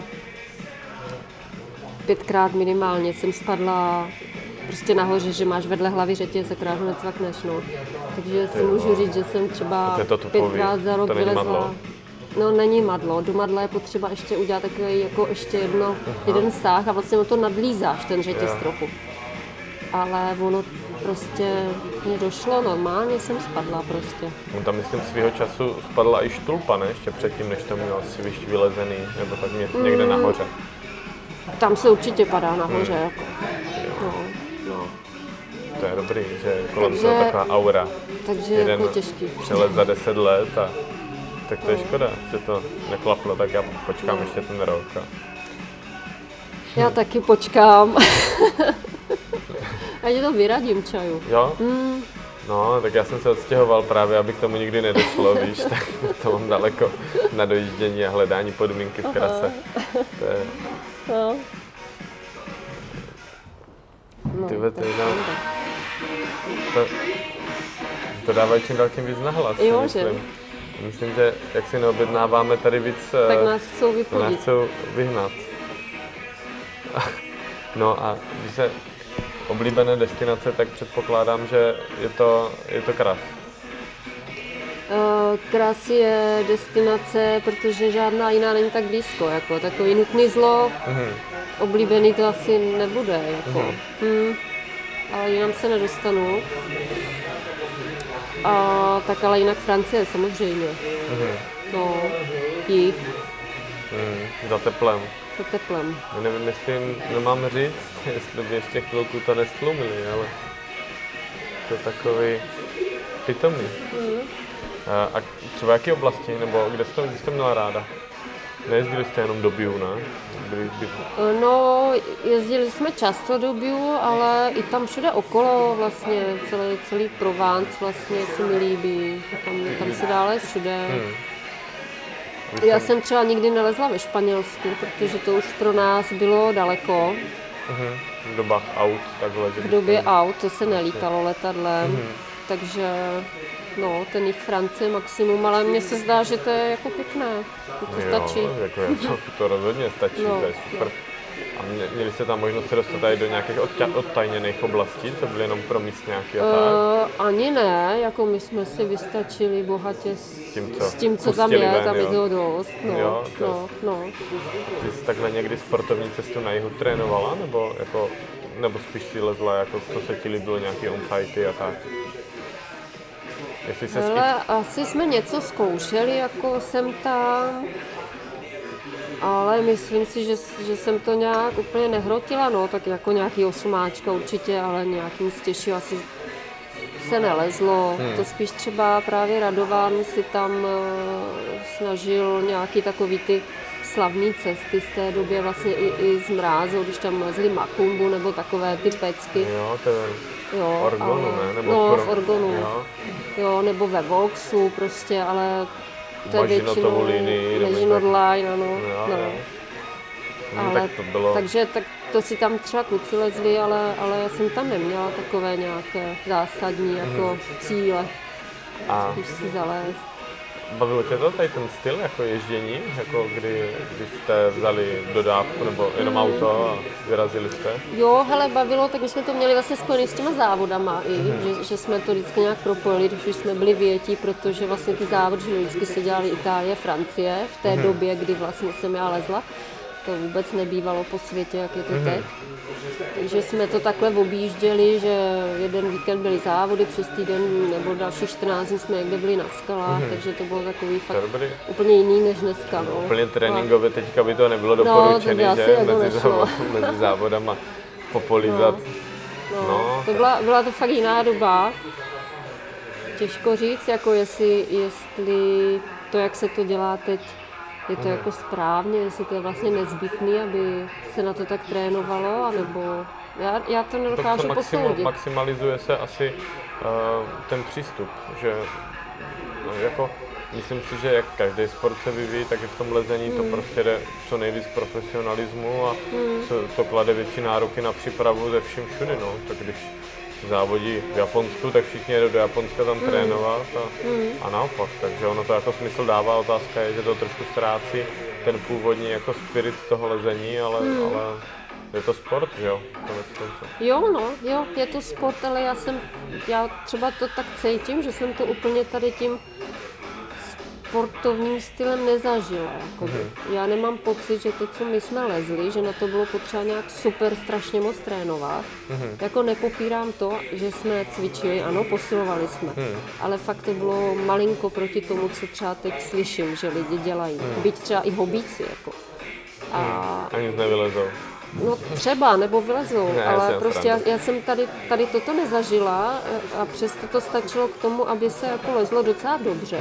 5krát minimálně jsem spadla prostě nahoře, že máš vedle hlavy řetěz, akorát ho necvakneš, no. Takže si můžu říct, že jsem třeba 5krát za rok vylezla. No není madlo, do madla je potřeba ještě udělat takový jako ještě jeden sáh a vlastně to nadlízáš ten řetěz trochu. Ale ono prostě mě došlo, normálně jsem spadla prostě. No tam myslím svýho času spadla i štulpa, ne? Ještě předtím, než to měl si vylezený, nebo tak někde nahoře. Tam se určitě padá nahoře, jako. No. To je dobrý, že kolem toho taková aura. Takže jeden jako těžký. Přelet za 10 let a tak to je škoda, že to neklaplo, tak já počkám ještě ten rok. Já taky počkám. A ti to vyradím čaju. Jo? No, tak já jsem se odstěhoval právě, aby k tomu nikdy nedošlo, víš, tak to mám daleko na dojíždění a hledání podmínky v Krase. To je... No. To dávají čím dál tím víc nahlas, jo, myslím. Myslím, že jak si neobjednáváme tady víc, Tak nás chcou nás vypodit. chcou vyhnat. No a když se oblíbené destinace, tak předpokládám, že je to Kras. Kras je destinace, protože žádná jiná není tak blízko, jako takový Nutný Zlot, oblíbený to asi nebude, jako. Ale jinam se nedostanu. A tak ale jinak Francie samozřejmě. No, jít Za teplem. za teplem. Já nevím, jestli nemám říct, jestli by ještě chvilku to nestlumili, ale to je takový pitomý. A třeba jaké oblasti, nebo kde jste měla ráda? Nejezdili jste jenom do Biu, ne? No, jezdili jsme často do Biu, ale i tam všude okolo vlastně, celý Provence vlastně se mi líbí. Tam se dále všude. Já jsem třeba nikdy nelezla ve Španělsku, protože to už pro nás bylo daleko. V dobách aut, takhle. V době aut, to se nelítalo letadlem, takže no, ten jich Francie maximum, ale mně se zdá, že to je jako pěkné, to stačí. Jako to rozhodně stačí, No, to je super. A měli jste tam možnost se dostat tady do nějakých odtajněných oblastí, co byly jenom pro místňáky a tak? Ani ne, jako my jsme si vystačili bohatě s tím, co tam pustili je, ven, tam je jo. toho dost. Jo, No. Ty jsi takhle někdy sportovní cestu na jihu trénovala, nebo spíš si lezla, jako co se ti líbilo, nějaký on-sitey a tak? Jestli se Ale asi jsme něco zkoušeli, jako jsem tam, ale myslím si, že jsem to nějak úplně nehrotila, no, tak jako nějaký osmáčka určitě, ale nějakým stěží asi se nelezlo. To spíš třeba právě Radovan si tam snažil nějaký takový ty slavné cesty z té době vlastně i z mrázu, když tam lezli Makumbu nebo takové ty pecky. Jo, to je Jo, Orgonu, ne? Nebo no, v Orgonu. Jo. Jo, nebo ve Voxu prostě, ale to je Mažinotovou většinou linii, nebo Maginot tak. Line, ano. Jo, No. jo. Ale, Tak to bylo... takže tak to si tam třeba kluci lezli, ale já jsem tam neměla takové nějaké zásadní jako cíle, A když si zalézt. bavilo tě to tady ten styl jako ježdění, jako když jste vzali dodávku nebo jenom auto a vyrazili jste? Jo, hele, bavilo, tak my jsme to měli vlastně spojený s těma závodama i, že jsme to vždycky nějak propojili, když už jsme byli větí, protože vlastně ty závody, že vždycky se dělali Itálie, Francie, v té době, kdy vlastně jsem já lezla. To vůbec nebývalo po světě, jak je to teď. Takže jsme to takhle objížděli, že jeden víkend byly závody, přes týden nebo další 14 dní jsme někde byli na skalách, takže to bylo takový fakt Dobrý. úplně jiný než dneska. No. Úplně tréninkově teďka by to nebylo to doporučené, by asi že? jako nešlo. Mezi závodama popolizat. No, to byla to fakt jiná doba. Těžko říct, jako jestli to, jak se to dělá teď, je to jako správně, jestli to je vlastně nezbytný, aby se na to tak trénovalo, anebo já to nedokážu posoudit. Maximalizuje se asi ten přístup, že jako myslím si, že jak každý sport se vyvíjí, tak i v tom lezení to prostě jde co nejvíc profesionalismu a to klade větší nároky na přípravu ze vším všudy, no. Tak když závodí v Japonsku, tak všichni jedou do Japonska tam trénovat a naopak, takže ono to jako smysl dává, otázka je, že to trošku ztrácí ten původní jako spirit toho lezení, ale je to sport, že jo? Jo, je to sport, ale já třeba to tak cítím, že jsem to úplně tady tím sportovním stylem nezažila. Já nemám pocit, že to, co my jsme lezli, že na to bylo potřeba nějak super strašně moc trénovat. Jako nepopírám to, že jsme cvičili, ano, posilovali jsme, ale fakt to bylo malinko proti tomu, co třeba teď slyším, že lidi dělají. Byť třeba i hobíci, jako. A nic nevylezou. No třeba, nebo vylezou, Ne, ale prostě já jsem tady toto nezažila a přesto to stačilo k tomu, aby se jako lezlo docela dobře.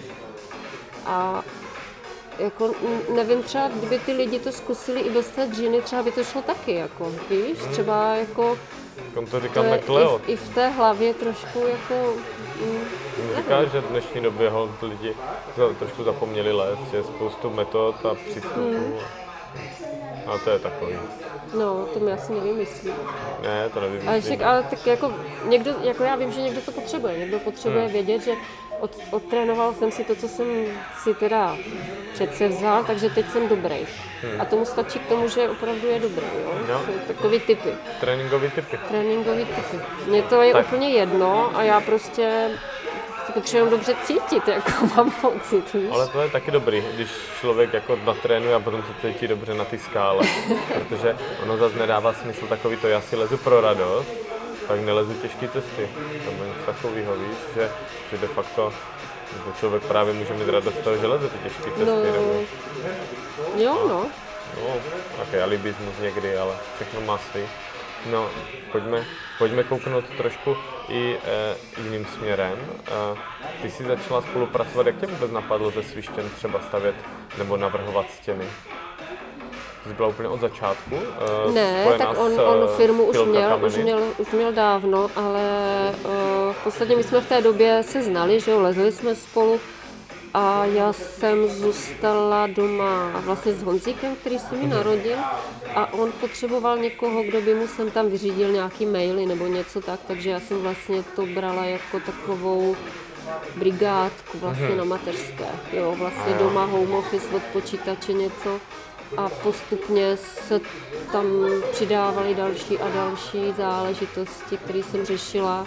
A jako nevím, třeba kdyby ty lidi to zkusili i bez té dřiny, třeba by to šlo taky, jako, víš, třeba jako to říkáme Kleo. I v té hlavě trošku jako... Říkáš, že v dnešní době lidi trošku zapomněli lézt, je spoustu metod a přístupů. ale to je takový. No, to mi asi nevymyslí. Ne, to nevím. Ale tak jako někdo, jako já vím, že někdo to potřebuje. Někdo potřebuje vědět, že odtrénoval jsem si to, co jsem si teda předsevzal, takže teď jsem dobrý. A tomu stačí k tomu, že opravdu je dobrý, jo? Jsou takový typy. Tréninkový typy. Mně to je tak úplně jedno a já prostě se potřebuji dobře cítit, jako mám pocit, víš? Ale to je taky dobrý, když člověk jako natrénuje a potom se cítí dobře na ty skále, protože ono zase nedává smysl takový to, já si lezu pro radost, tak nelezu těžké cesty, nebo něco takového, víš, že de facto člověk právě může mít radost z toho, že leze ty těžké cesty, nebo... Jo, no. No, takový alibismus někdy, ale všechno má svý. No, pojďme kouknout trošku i jiným směrem. Ty jsi začala spolupracovat, jak tě vůbec napadlo ze Svištěn třeba stavět nebo navrhovat stěny? Jsi byla úplně od začátku? Ne, tak on firmu už měl dávno, ale v podstatě my jsme v té době se znali, že jo, lezli jsme spolu. A já jsem zůstala doma vlastně s Honzíkem, který se mi narodil a on potřeboval někoho, kdo by mu sem tam vyřídil nějaký maily nebo něco tak, takže já jsem vlastně to brala jako takovou brigádku vlastně na mateřské. Jo, vlastně doma home office od počítače něco a postupně se tam přidávaly další a další záležitosti, které jsem řešila.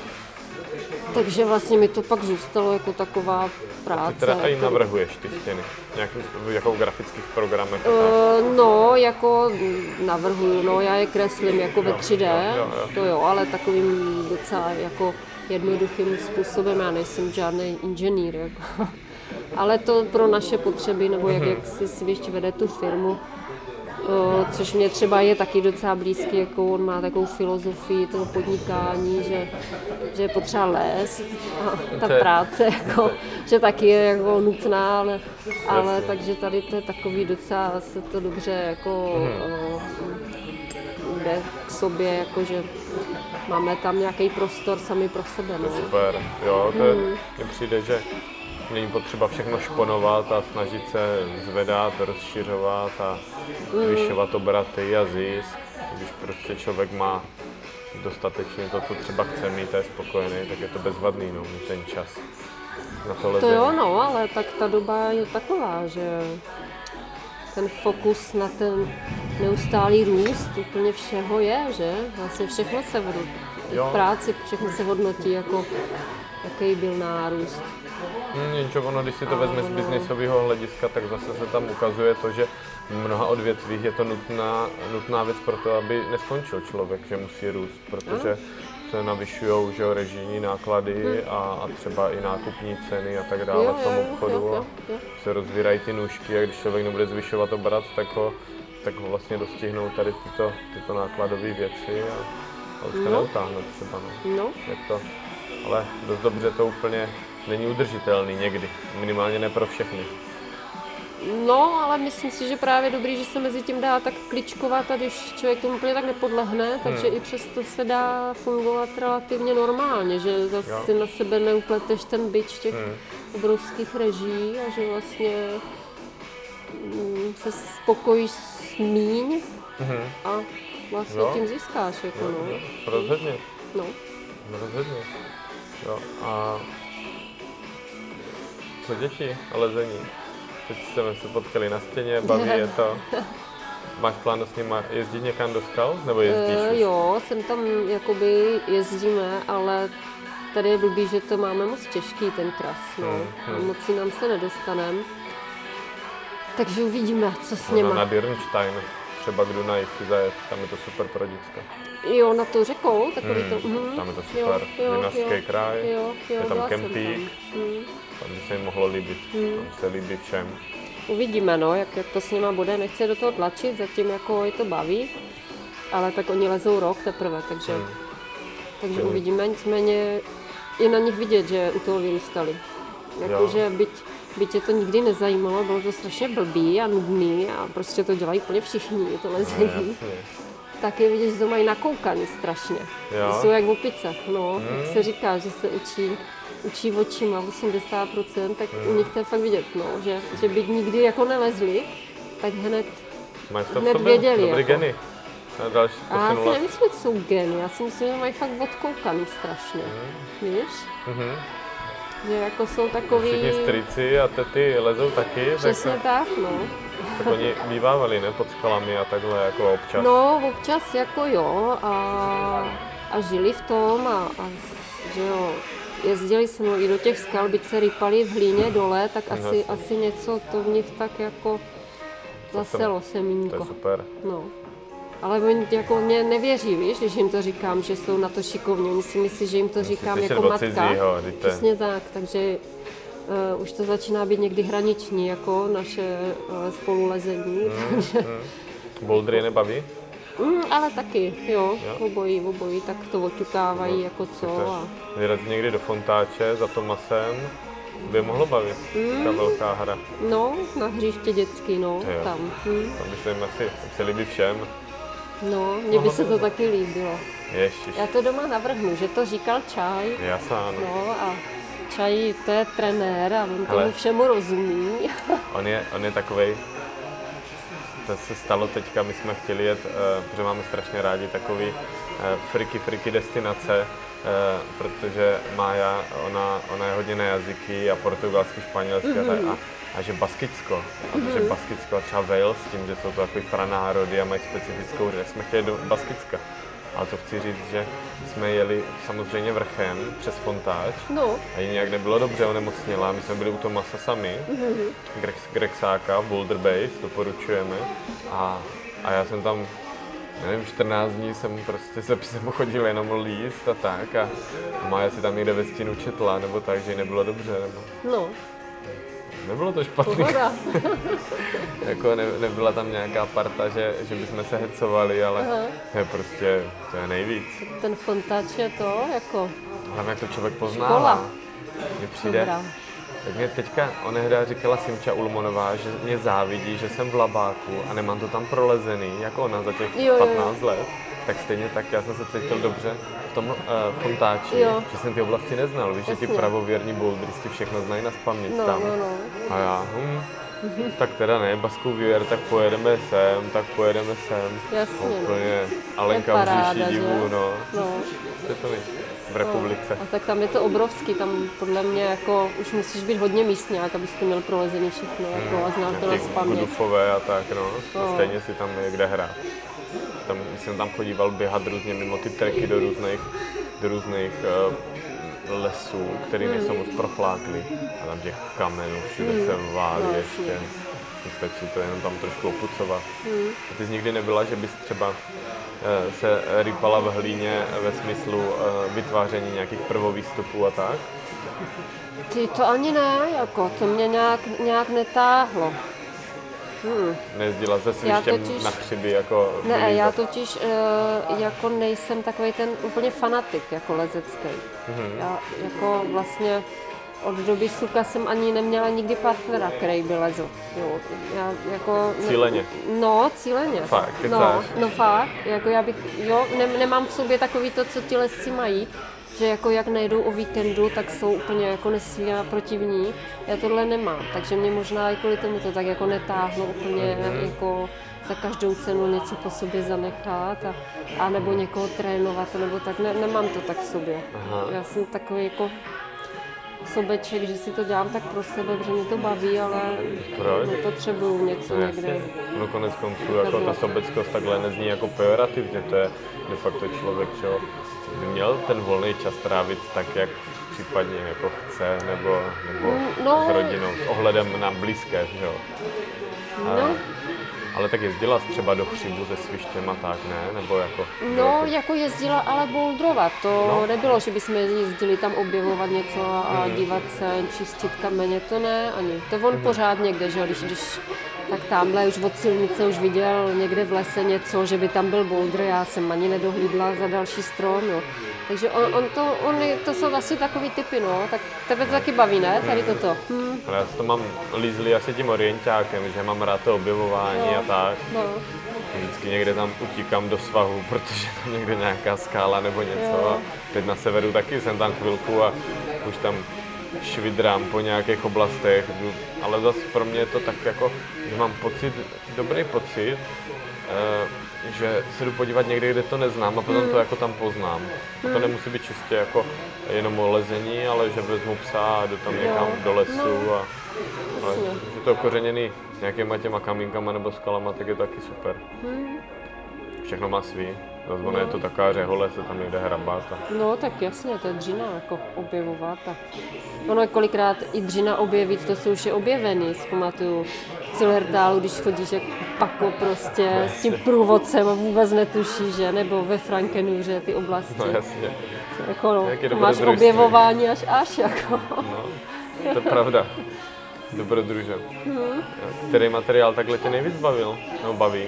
Takže vlastně mi to pak zůstalo jako taková práce. Ty teda i navrhuješ ty stěny? Jakou grafických programech? No, jako navrhuju, no, já je kreslím jako ve 3D, to jo, ale takovým docela jako jednoduchým způsobem, já nejsem žádný inženýr, jako. Ale to pro naše potřeby, nebo jak si Svišť vede tu firmu, což mě třeba je taky docela blízký, jako on má takovou filozofii toho podnikání, že je potřeba lézt a ta práce, jako, že taky je jako nutná, ale takže tady to je takový docela, se to dobře jako jde k sobě, jako, že máme tam nějaký prostor sami pro sebe. No. To je super, jo, to mně přijde, že není potřeba všechno šponovat a snažit se zvedat, rozšiřovat a zvyšovat obraty a zisk. Když prostě člověk má dostatečně to, co třeba chce mít a je spokojený, tak je to bezvadný, no, mít ten čas na to lezení. To jo, no, ale tak ta doba je taková, že ten fokus na ten neustálý růst úplně všeho je, že? Vlastně všechno se v práci, všechno se hodnotí, jako jaký byl nárůst. Jenže ono, když si to vezme z biznisového hlediska, tak zase se tam ukazuje to, že v mnoha odvětvích je to nutná věc pro to, aby neskončil člověk, že musí růst, protože se navyšují režijní náklady a třeba i nákupní ceny a tak dále v tom obchodu a se rozvírají ty nůžky a když člověk nebude zvyšovat obrat, tak ho vlastně dostihnou tady tyto nákladové věci a už to neutáhne třeba. No. Je to, ale dost dobře to úplně není udržitelný někdy, minimálně ne pro všechny. No, ale myslím si, že právě dobrý, že se mezi tím dá tak kličkovat a když člověk tomu úplně tak nepodlehne, takže i přesto se dá fungovat relativně normálně, že zase na sebe neupleteš ten bič těch obrovských reží a že vlastně se spokojíš s míň a vlastně tím získáš. Jako, no. Rozhodně. No. Rozhodně. Jo, a co děti a lezení? Teď jsme se potkali na stěně, baví je to. Máš plán s nimi jezdit někam do skal, nebo jezdíš? Jo, sem tam jakoby jezdíme, ale tady je blbý, že to máme moc těžký ten kras, no. Moc nám se nedostaneme. Takže uvidíme, co s nima. Na Dürnstein, třeba k Dunaji si zajet, tam je to super pro děcka. Jo, na to řekou, takový to. Tam je to super, Vinařský kraj, je tam kempík, tam by se jim mohlo líbit, tam se líbí všem. Uvidíme, no, jak to s nima bude, nechci do toho tlačit, zatím jako je to baví, ale tak oni lezou rok teprve, takže uvidíme, nicméně je na nich vidět, že u toho vyrůstali. Jakože byť je to nikdy nezajímalo, bylo to strašně blbý a nudný a prostě to dělají úplně všichni, to lezení. Tak je vidět, že to mají nakoukaný strašně. To jsou jak opice, no, jak se říká, že se učí očima 80%, tak u nich to je fakt vidět, no, že by nikdy jako nelezli, tak hned Máš to v hned sobě? věděli. Dobrý jako. geny. Další A já si posunula. nemyslím, že jsou geny, já si myslím, že mají fakt odkoukaný strašně. Víš? Že jako jsou takový... Všichni strýci a tety lezou taky, Přesně tak, no. tak oni bývávali, ne, pod skalami a takhle jako občas. No, občas jako jo a žili v tom a že jo, jezdili se mnou i do těch skal, byť se rýpali v hlíně dole, tak asi něco to v nich tak jako zaselo semínko. To je super. No. Ale oni jako mě nevěří, víš, když jim to říkám, že jsou na to šikovní. Oni si myslí, že jim to říkám jako matka. Přesně tak, takže už to začíná být někdy hraniční, jako naše spolulezení. Bouldry nebaví? Ale taky, jo, obojí, tak to oťukávají jako co. Vyrazit někdy do Fontáče za Tomasem by mohlo bavit, taková velká hra. No, na hřiště dětský, no, jo. tam. To myslím asi se líbí všem. No, mně by se to taky líbilo. Ježiš. Já to doma navrhnu, že to říkal Čaj. Jasně, ano. No a Čaj, to je trenér a on tomu všemu rozumí. On je takovej, to se stalo teďka, my jsme chtěli jet, protože máme strašně rádi takový friky destinace, protože Mája, ona je hodně na jazyky a portugalsky, španělsky a že Baskicko, že Baskicko a třeba Wales, tím, že jsou to takový pranárody a mají specifickou řeč, jsme chtěli do Baskicka. Ale to chci říct, že jsme jeli samozřejmě vrchem přes Fontáč a jí nějak nebylo dobře, onemocněla, my jsme byli u Tomasa sami, Grexáka, Boulder Base, doporučujeme a já jsem tam, nevím, 14 dní jsem prostě se psem chodil jenom líst a tak a Mája si tam někde ve stínu četla, nebo tak, že jí nebylo dobře, nebo... No. Nebylo to špatný. Jako nebyla tam nějaká parta, že bychom se hecovali, ale to je nejvíc. Ten Fontáč je to jako... Hlavně jak to člověk poznává. Mně přijde, tak mě teďka onehda říkala Simča Ulmonová, že mě závidí, že jsem v Labáku a nemám to tam prolezený, jako ona za těch 15 let. Tak stejně tak já jsem se cítil dobře v tom Fontáči, že jsem ty oblasti neznal, víš, že ti pravověrní bouldristi všechno znají nazpaměť tam. A já, tak teda ne, Baskou Viewer, tak pojedeme sem. Jasně, úplně Alenka v říši divů, no. To je to v republice. A tak tam je to obrovský, tam podle mě jako už musíš být hodně místňák, abys to měl prolezený všechno jako, a znal to nazpaměť. Gudufové a tak, no. Stejně si tam je kde hrát. Jsem tam chodíval běhat různě mimo ty treky do různých lesů, které nejsou moc proflákly. A tam těch kamenů všude se válí ještě. Stačí to jenom tam trošku opucovat. A ty jsi nikdy nebyla, že bys třeba se rýpala v hlíně ve smyslu vytváření nějakých prvovýstupů a tak? Ty to ani ne, jako to mě nějak netáhlo. Nejezdila se svištěm na hřiby jako... Ne, já totiž jako nejsem takový ten úplně fanatik jako lezecký. Já jako vlastně od doby suka jsem ani neměla nikdy partnera, který by lezl. Jo, já jako... Cíleně? No, cíleně. Fakt, no fakt, jako já bych, nemám v sobě takový to, co ti lesci mají, že jako jak nejdou o víkendu, tak jsou úplně jako nesví a protivní. Já tohle nemám, takže mě možná i kvůli tomu to tak jako netáhlo úplně jako za každou cenu něco po sobě zanechat a nebo někoho trénovat, nebo tak, nemám to tak v sobě. Já jsem takový jako sobeček, že si to dělám tak pro sebe, protože mě to baví, ale nepotřebuju něco někde. No konec konců, jako ta sobeckost takhle nezní jako pejorativně, to je de facto člověk, že by měl ten volný čas trávit tak, jak případně jako chce, nebo s rodinou, s ohledem na blízké, že jo. Ale tak jezdila třeba do hřibu se svištěm a tak, ne? Nebo jako... No, jako jezdila, ale bouldrovat. To nebylo, že bychom jezdili tam objevovat něco a dívat se, čistit kameně, to ne, ani. To on pořád někde, že když tak tamhle už od silnice už viděl někde v lese něco, že by tam byl bouldr, já jsem ani nedohlídla za další strom, jo. Takže to jsou asi takový typy, no. Tak tebe to taky baví, ne? Tady toto. Ale já to mám lízlý asi tím orientákem, že mám rád to objevování a tak. Vždycky někde tam utíkám do svahu, protože tam někde nějaká skála nebo něco. A teď na severu taky jsem tam chvilku a už tam švidrám po nějakých oblastech, ale zase pro mě je to tak jako, že mám dobrý pocit, že se jdu podívat někde, kde to neznám a potom to jako tam poznám. A to nemusí být čistě jako jenom o lezení, ale že vezmu psa a jdu tam někam do lesu a že to okořeněný nějakýma těma kamínkama nebo skalama, tak je taky super. Všechno má svý. Zase ono je to taková řehole, se tam někde hrabat. No tak jasně, to je dřina jako objevovat. A ono kolikrát i dřina objevit, to jsou už je objevený. Zpamatuju Zillertalu, když chodíš jak pako prostě s tím průvodcem a vůbec netuší, že? Nebo ve Frankenůře ty oblasti. No jasně. Jako no, máš objevování až jako. No, to je pravda. Dobrodruže. Který materiál takhle tě nejvíc bavil? No baví?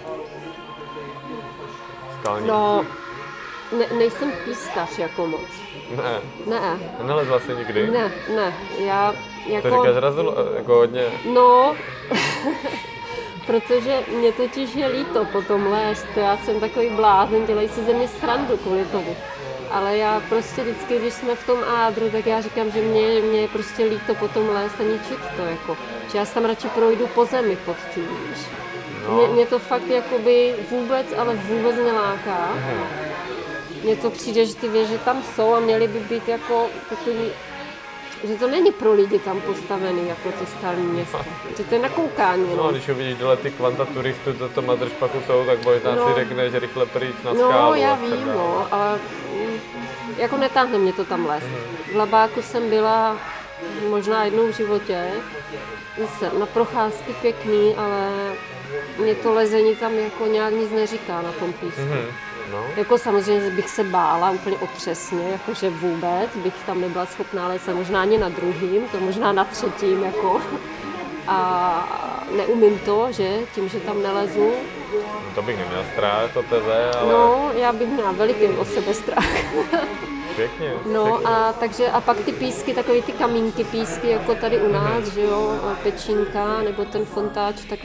Skalní. No, nejsem pískař jako moc. Ne. Nelezla jsi nikdy? Ne. Já jako... To říkáš jako hodně... No, protože mě totiž je líto potom lézt. Já jsem takový blázen, dělají si ze mě srandu kvůli tomu. Ale já prostě vždycky, když jsme v tom ádru, tak já říkám, že mě je prostě líto potom lézt a ničit to, jako. Že já se tam radši projdu po zemi pod tím, víš. No. Mě to fakt jakoby vůbec neláká. Mně to přijde, že ty věže tam jsou a měly by být jako takový, že to není pro lidi tam postavený, jako ty skalní města. Že to je na koukání. No, když uvidíš dole ty kvanta turistů, co to Madršpachu jsou, tak možná si řekneš rychle pryč na skálu. No, já vím, no, ale jako netáhne mě to tam lézt. V Labáku jsem byla možná jednou v životě, na procházky pěkný, ale mě to lezení tam jako nějak nic neříká na tom písku. No. Jako samozřejmě bych se bála úplně otřesně, jakože vůbec bych tam nebyla schopná lézt, možná ani na druhým, to možná na třetím, jako. A neumím to, že tím, že tam nelezu. No, to bych neměl strach o tebe, ale... No, já bych měla veliký o sebe strach. Pěkně. No pěkně. A pak ty písky, takové ty kamínky písky, jako tady u nás, že jo, Pečínka nebo ten Fontáč, tak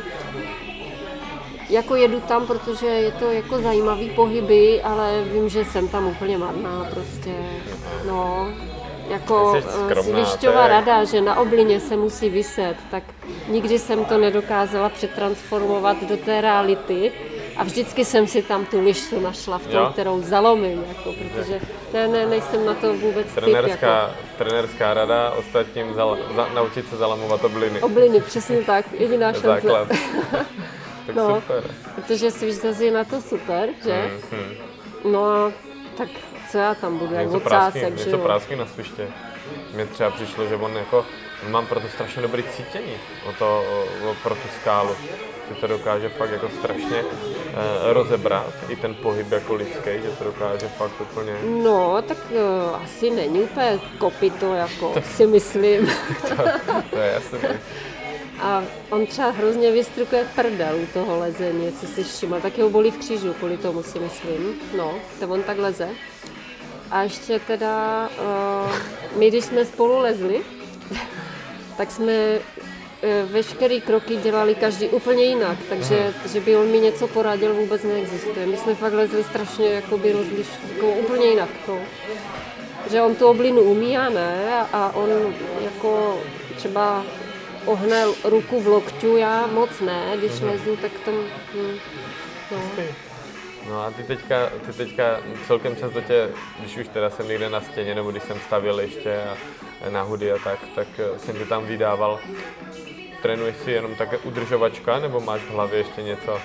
jako jedu tam, protože je to jako zajímavý pohyby, ale vím, že jsem tam úplně marná prostě, no. Jako Svišťová rada, že na oblině se musí viset, tak nikdy jsem to nedokázala přetransformovat do té reality a vždycky jsem si tam tu lištu našla v tom, kterou zalomím, jako, protože nejsem na to vůbec trenérská rada ostatním naučit se zalamovat obliny. Obliny, přesně tak, jediná šance. Tak no, super. Protože Svišťová je na to super, že? No a tak co já tam budu, jak ocásek, že jo? Něco práský na Sviště. Mně třeba přišlo, že on jako, mám proto strašně dobrý cítění pro tu skálu. Že to dokáže fakt jako strašně rozebrat, i ten pohyb jako lidský, že to dokáže fakt úplně... No, tak asi není úplně kopyto, jako si myslím. to je jasný. A on třeba hrozně vystrukuje prdel u toho lezení, jestli si všiml, tak ho bolí v křížu, kvůli tomu si myslím. No, to on tak leze. A ještě teda, my když jsme spolu lezli, tak jsme veškerý kroky dělali každý úplně jinak, takže že by on mi něco poradil, vůbec neexistuje. My jsme fakt lezli strašně jakoby jako úplně jinak. No. Že on tu oblinu umí, já ne, a on jako třeba ohne ruku v lokťu, já moc ne, když lezu, tak to... No. No a ty teďka celkem často když už teda jsem někde na stěně, nebo když jsem stavěl ještě na hudy a tak jsem tě tam vydával. Trénuješ si jenom také udržovačka, nebo máš v hlavě ještě něco?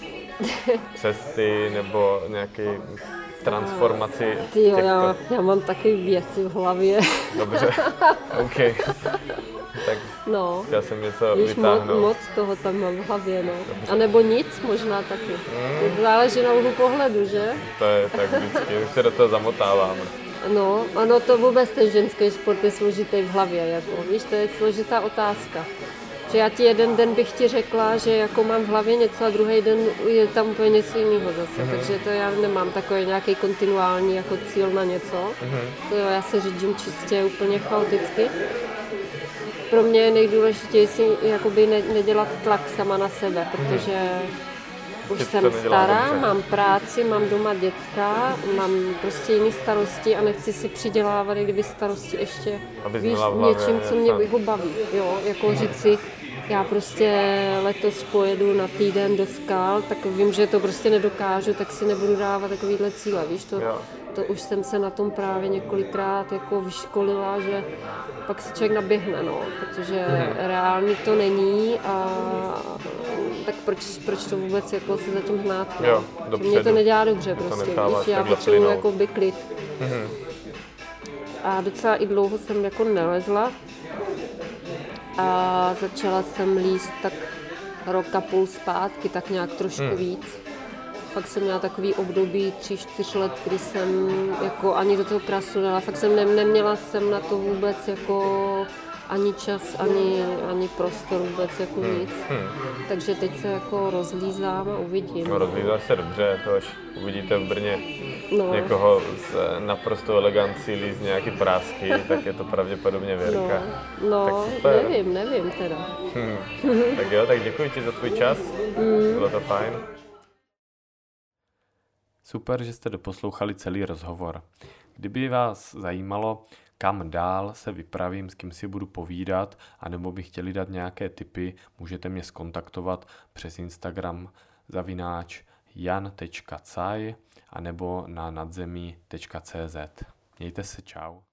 Cesty, nebo nějaký transformaci? Tyjo, já mám taky věci v hlavě. Dobře, OK. Tak chtěl jsem něco vytáhnout. Moc toho tam mám v hlavě, no. A nebo nic možná taky. To záleží na úhlu pohledu, že? To je tak vždycky, už se do toho zamotáváme. No, ano, to vůbec ten ženský sport je složitý v hlavě, jako, víš, to je složitá otázka. Že já ti jeden den bych ti řekla, že jako mám v hlavě něco a druhý den je tam úplně něco jiného zase, takže to já nemám takový nějaký kontinuální jako cíl na něco. To já se řídím čistě úplně chaoticky. Pro mě je nejdůležitější jakoby nedělat tlak sama na sebe, protože Už Že jsem to nedělá stará, dobře. mám práci, mám doma děcka, mám prostě jiné starosti a nechci si přidělávat, i kdyby starosti ještě Abys víš, měla v hlavě něčím, co mě něco. jako baví. Jo? Jako říct si, já prostě letos pojedu na týden do skal, tak vím, že to prostě nedokážu, tak si nebudu dávat takovýhle cíle, víš, to už jsem se na tom právě několikrát jako vyškolila, že pak se člověk naběhne, no, protože reálně to není a tak proč to vůbec jako se zatím hnát, no. Jo, Že dopředu. mě to nedělá dobře To prostě, necháváš víš, já takhle potřebuji plynout. jakoby klid. A docela i dlouho jsem jako nelezla a začala jsem líst tak rok a půl zpátky, tak nějak trošku víc. Pak jsem měla takový období 3-4 let, kdy jsem jako ani do toho krasu nedala. Fakt jsem neměla jsem na to vůbec jako ani čas, ani prostor vůbec jako nic. Takže teď se jako rozlízám a uvidím. No, rozlízáš se dobře, to až uvidíte v Brně No. někoho s naprosto elegancí líst nějaký prásky, tak je to pravděpodobně Věrka. No, Tak super. nevím teda. Tak jo, tak děkuji ti za tvůj čas, bylo to fajn. Super, že jste doposlouchali celý rozhovor. Kdyby vás zajímalo, kam dál se vypravím, s kým si budu povídat, anebo by chtěli dát nějaké tipy, můžete mě skontaktovat přes Instagram @jan.caj anebo na nadzemí.cz. Mějte se, čau.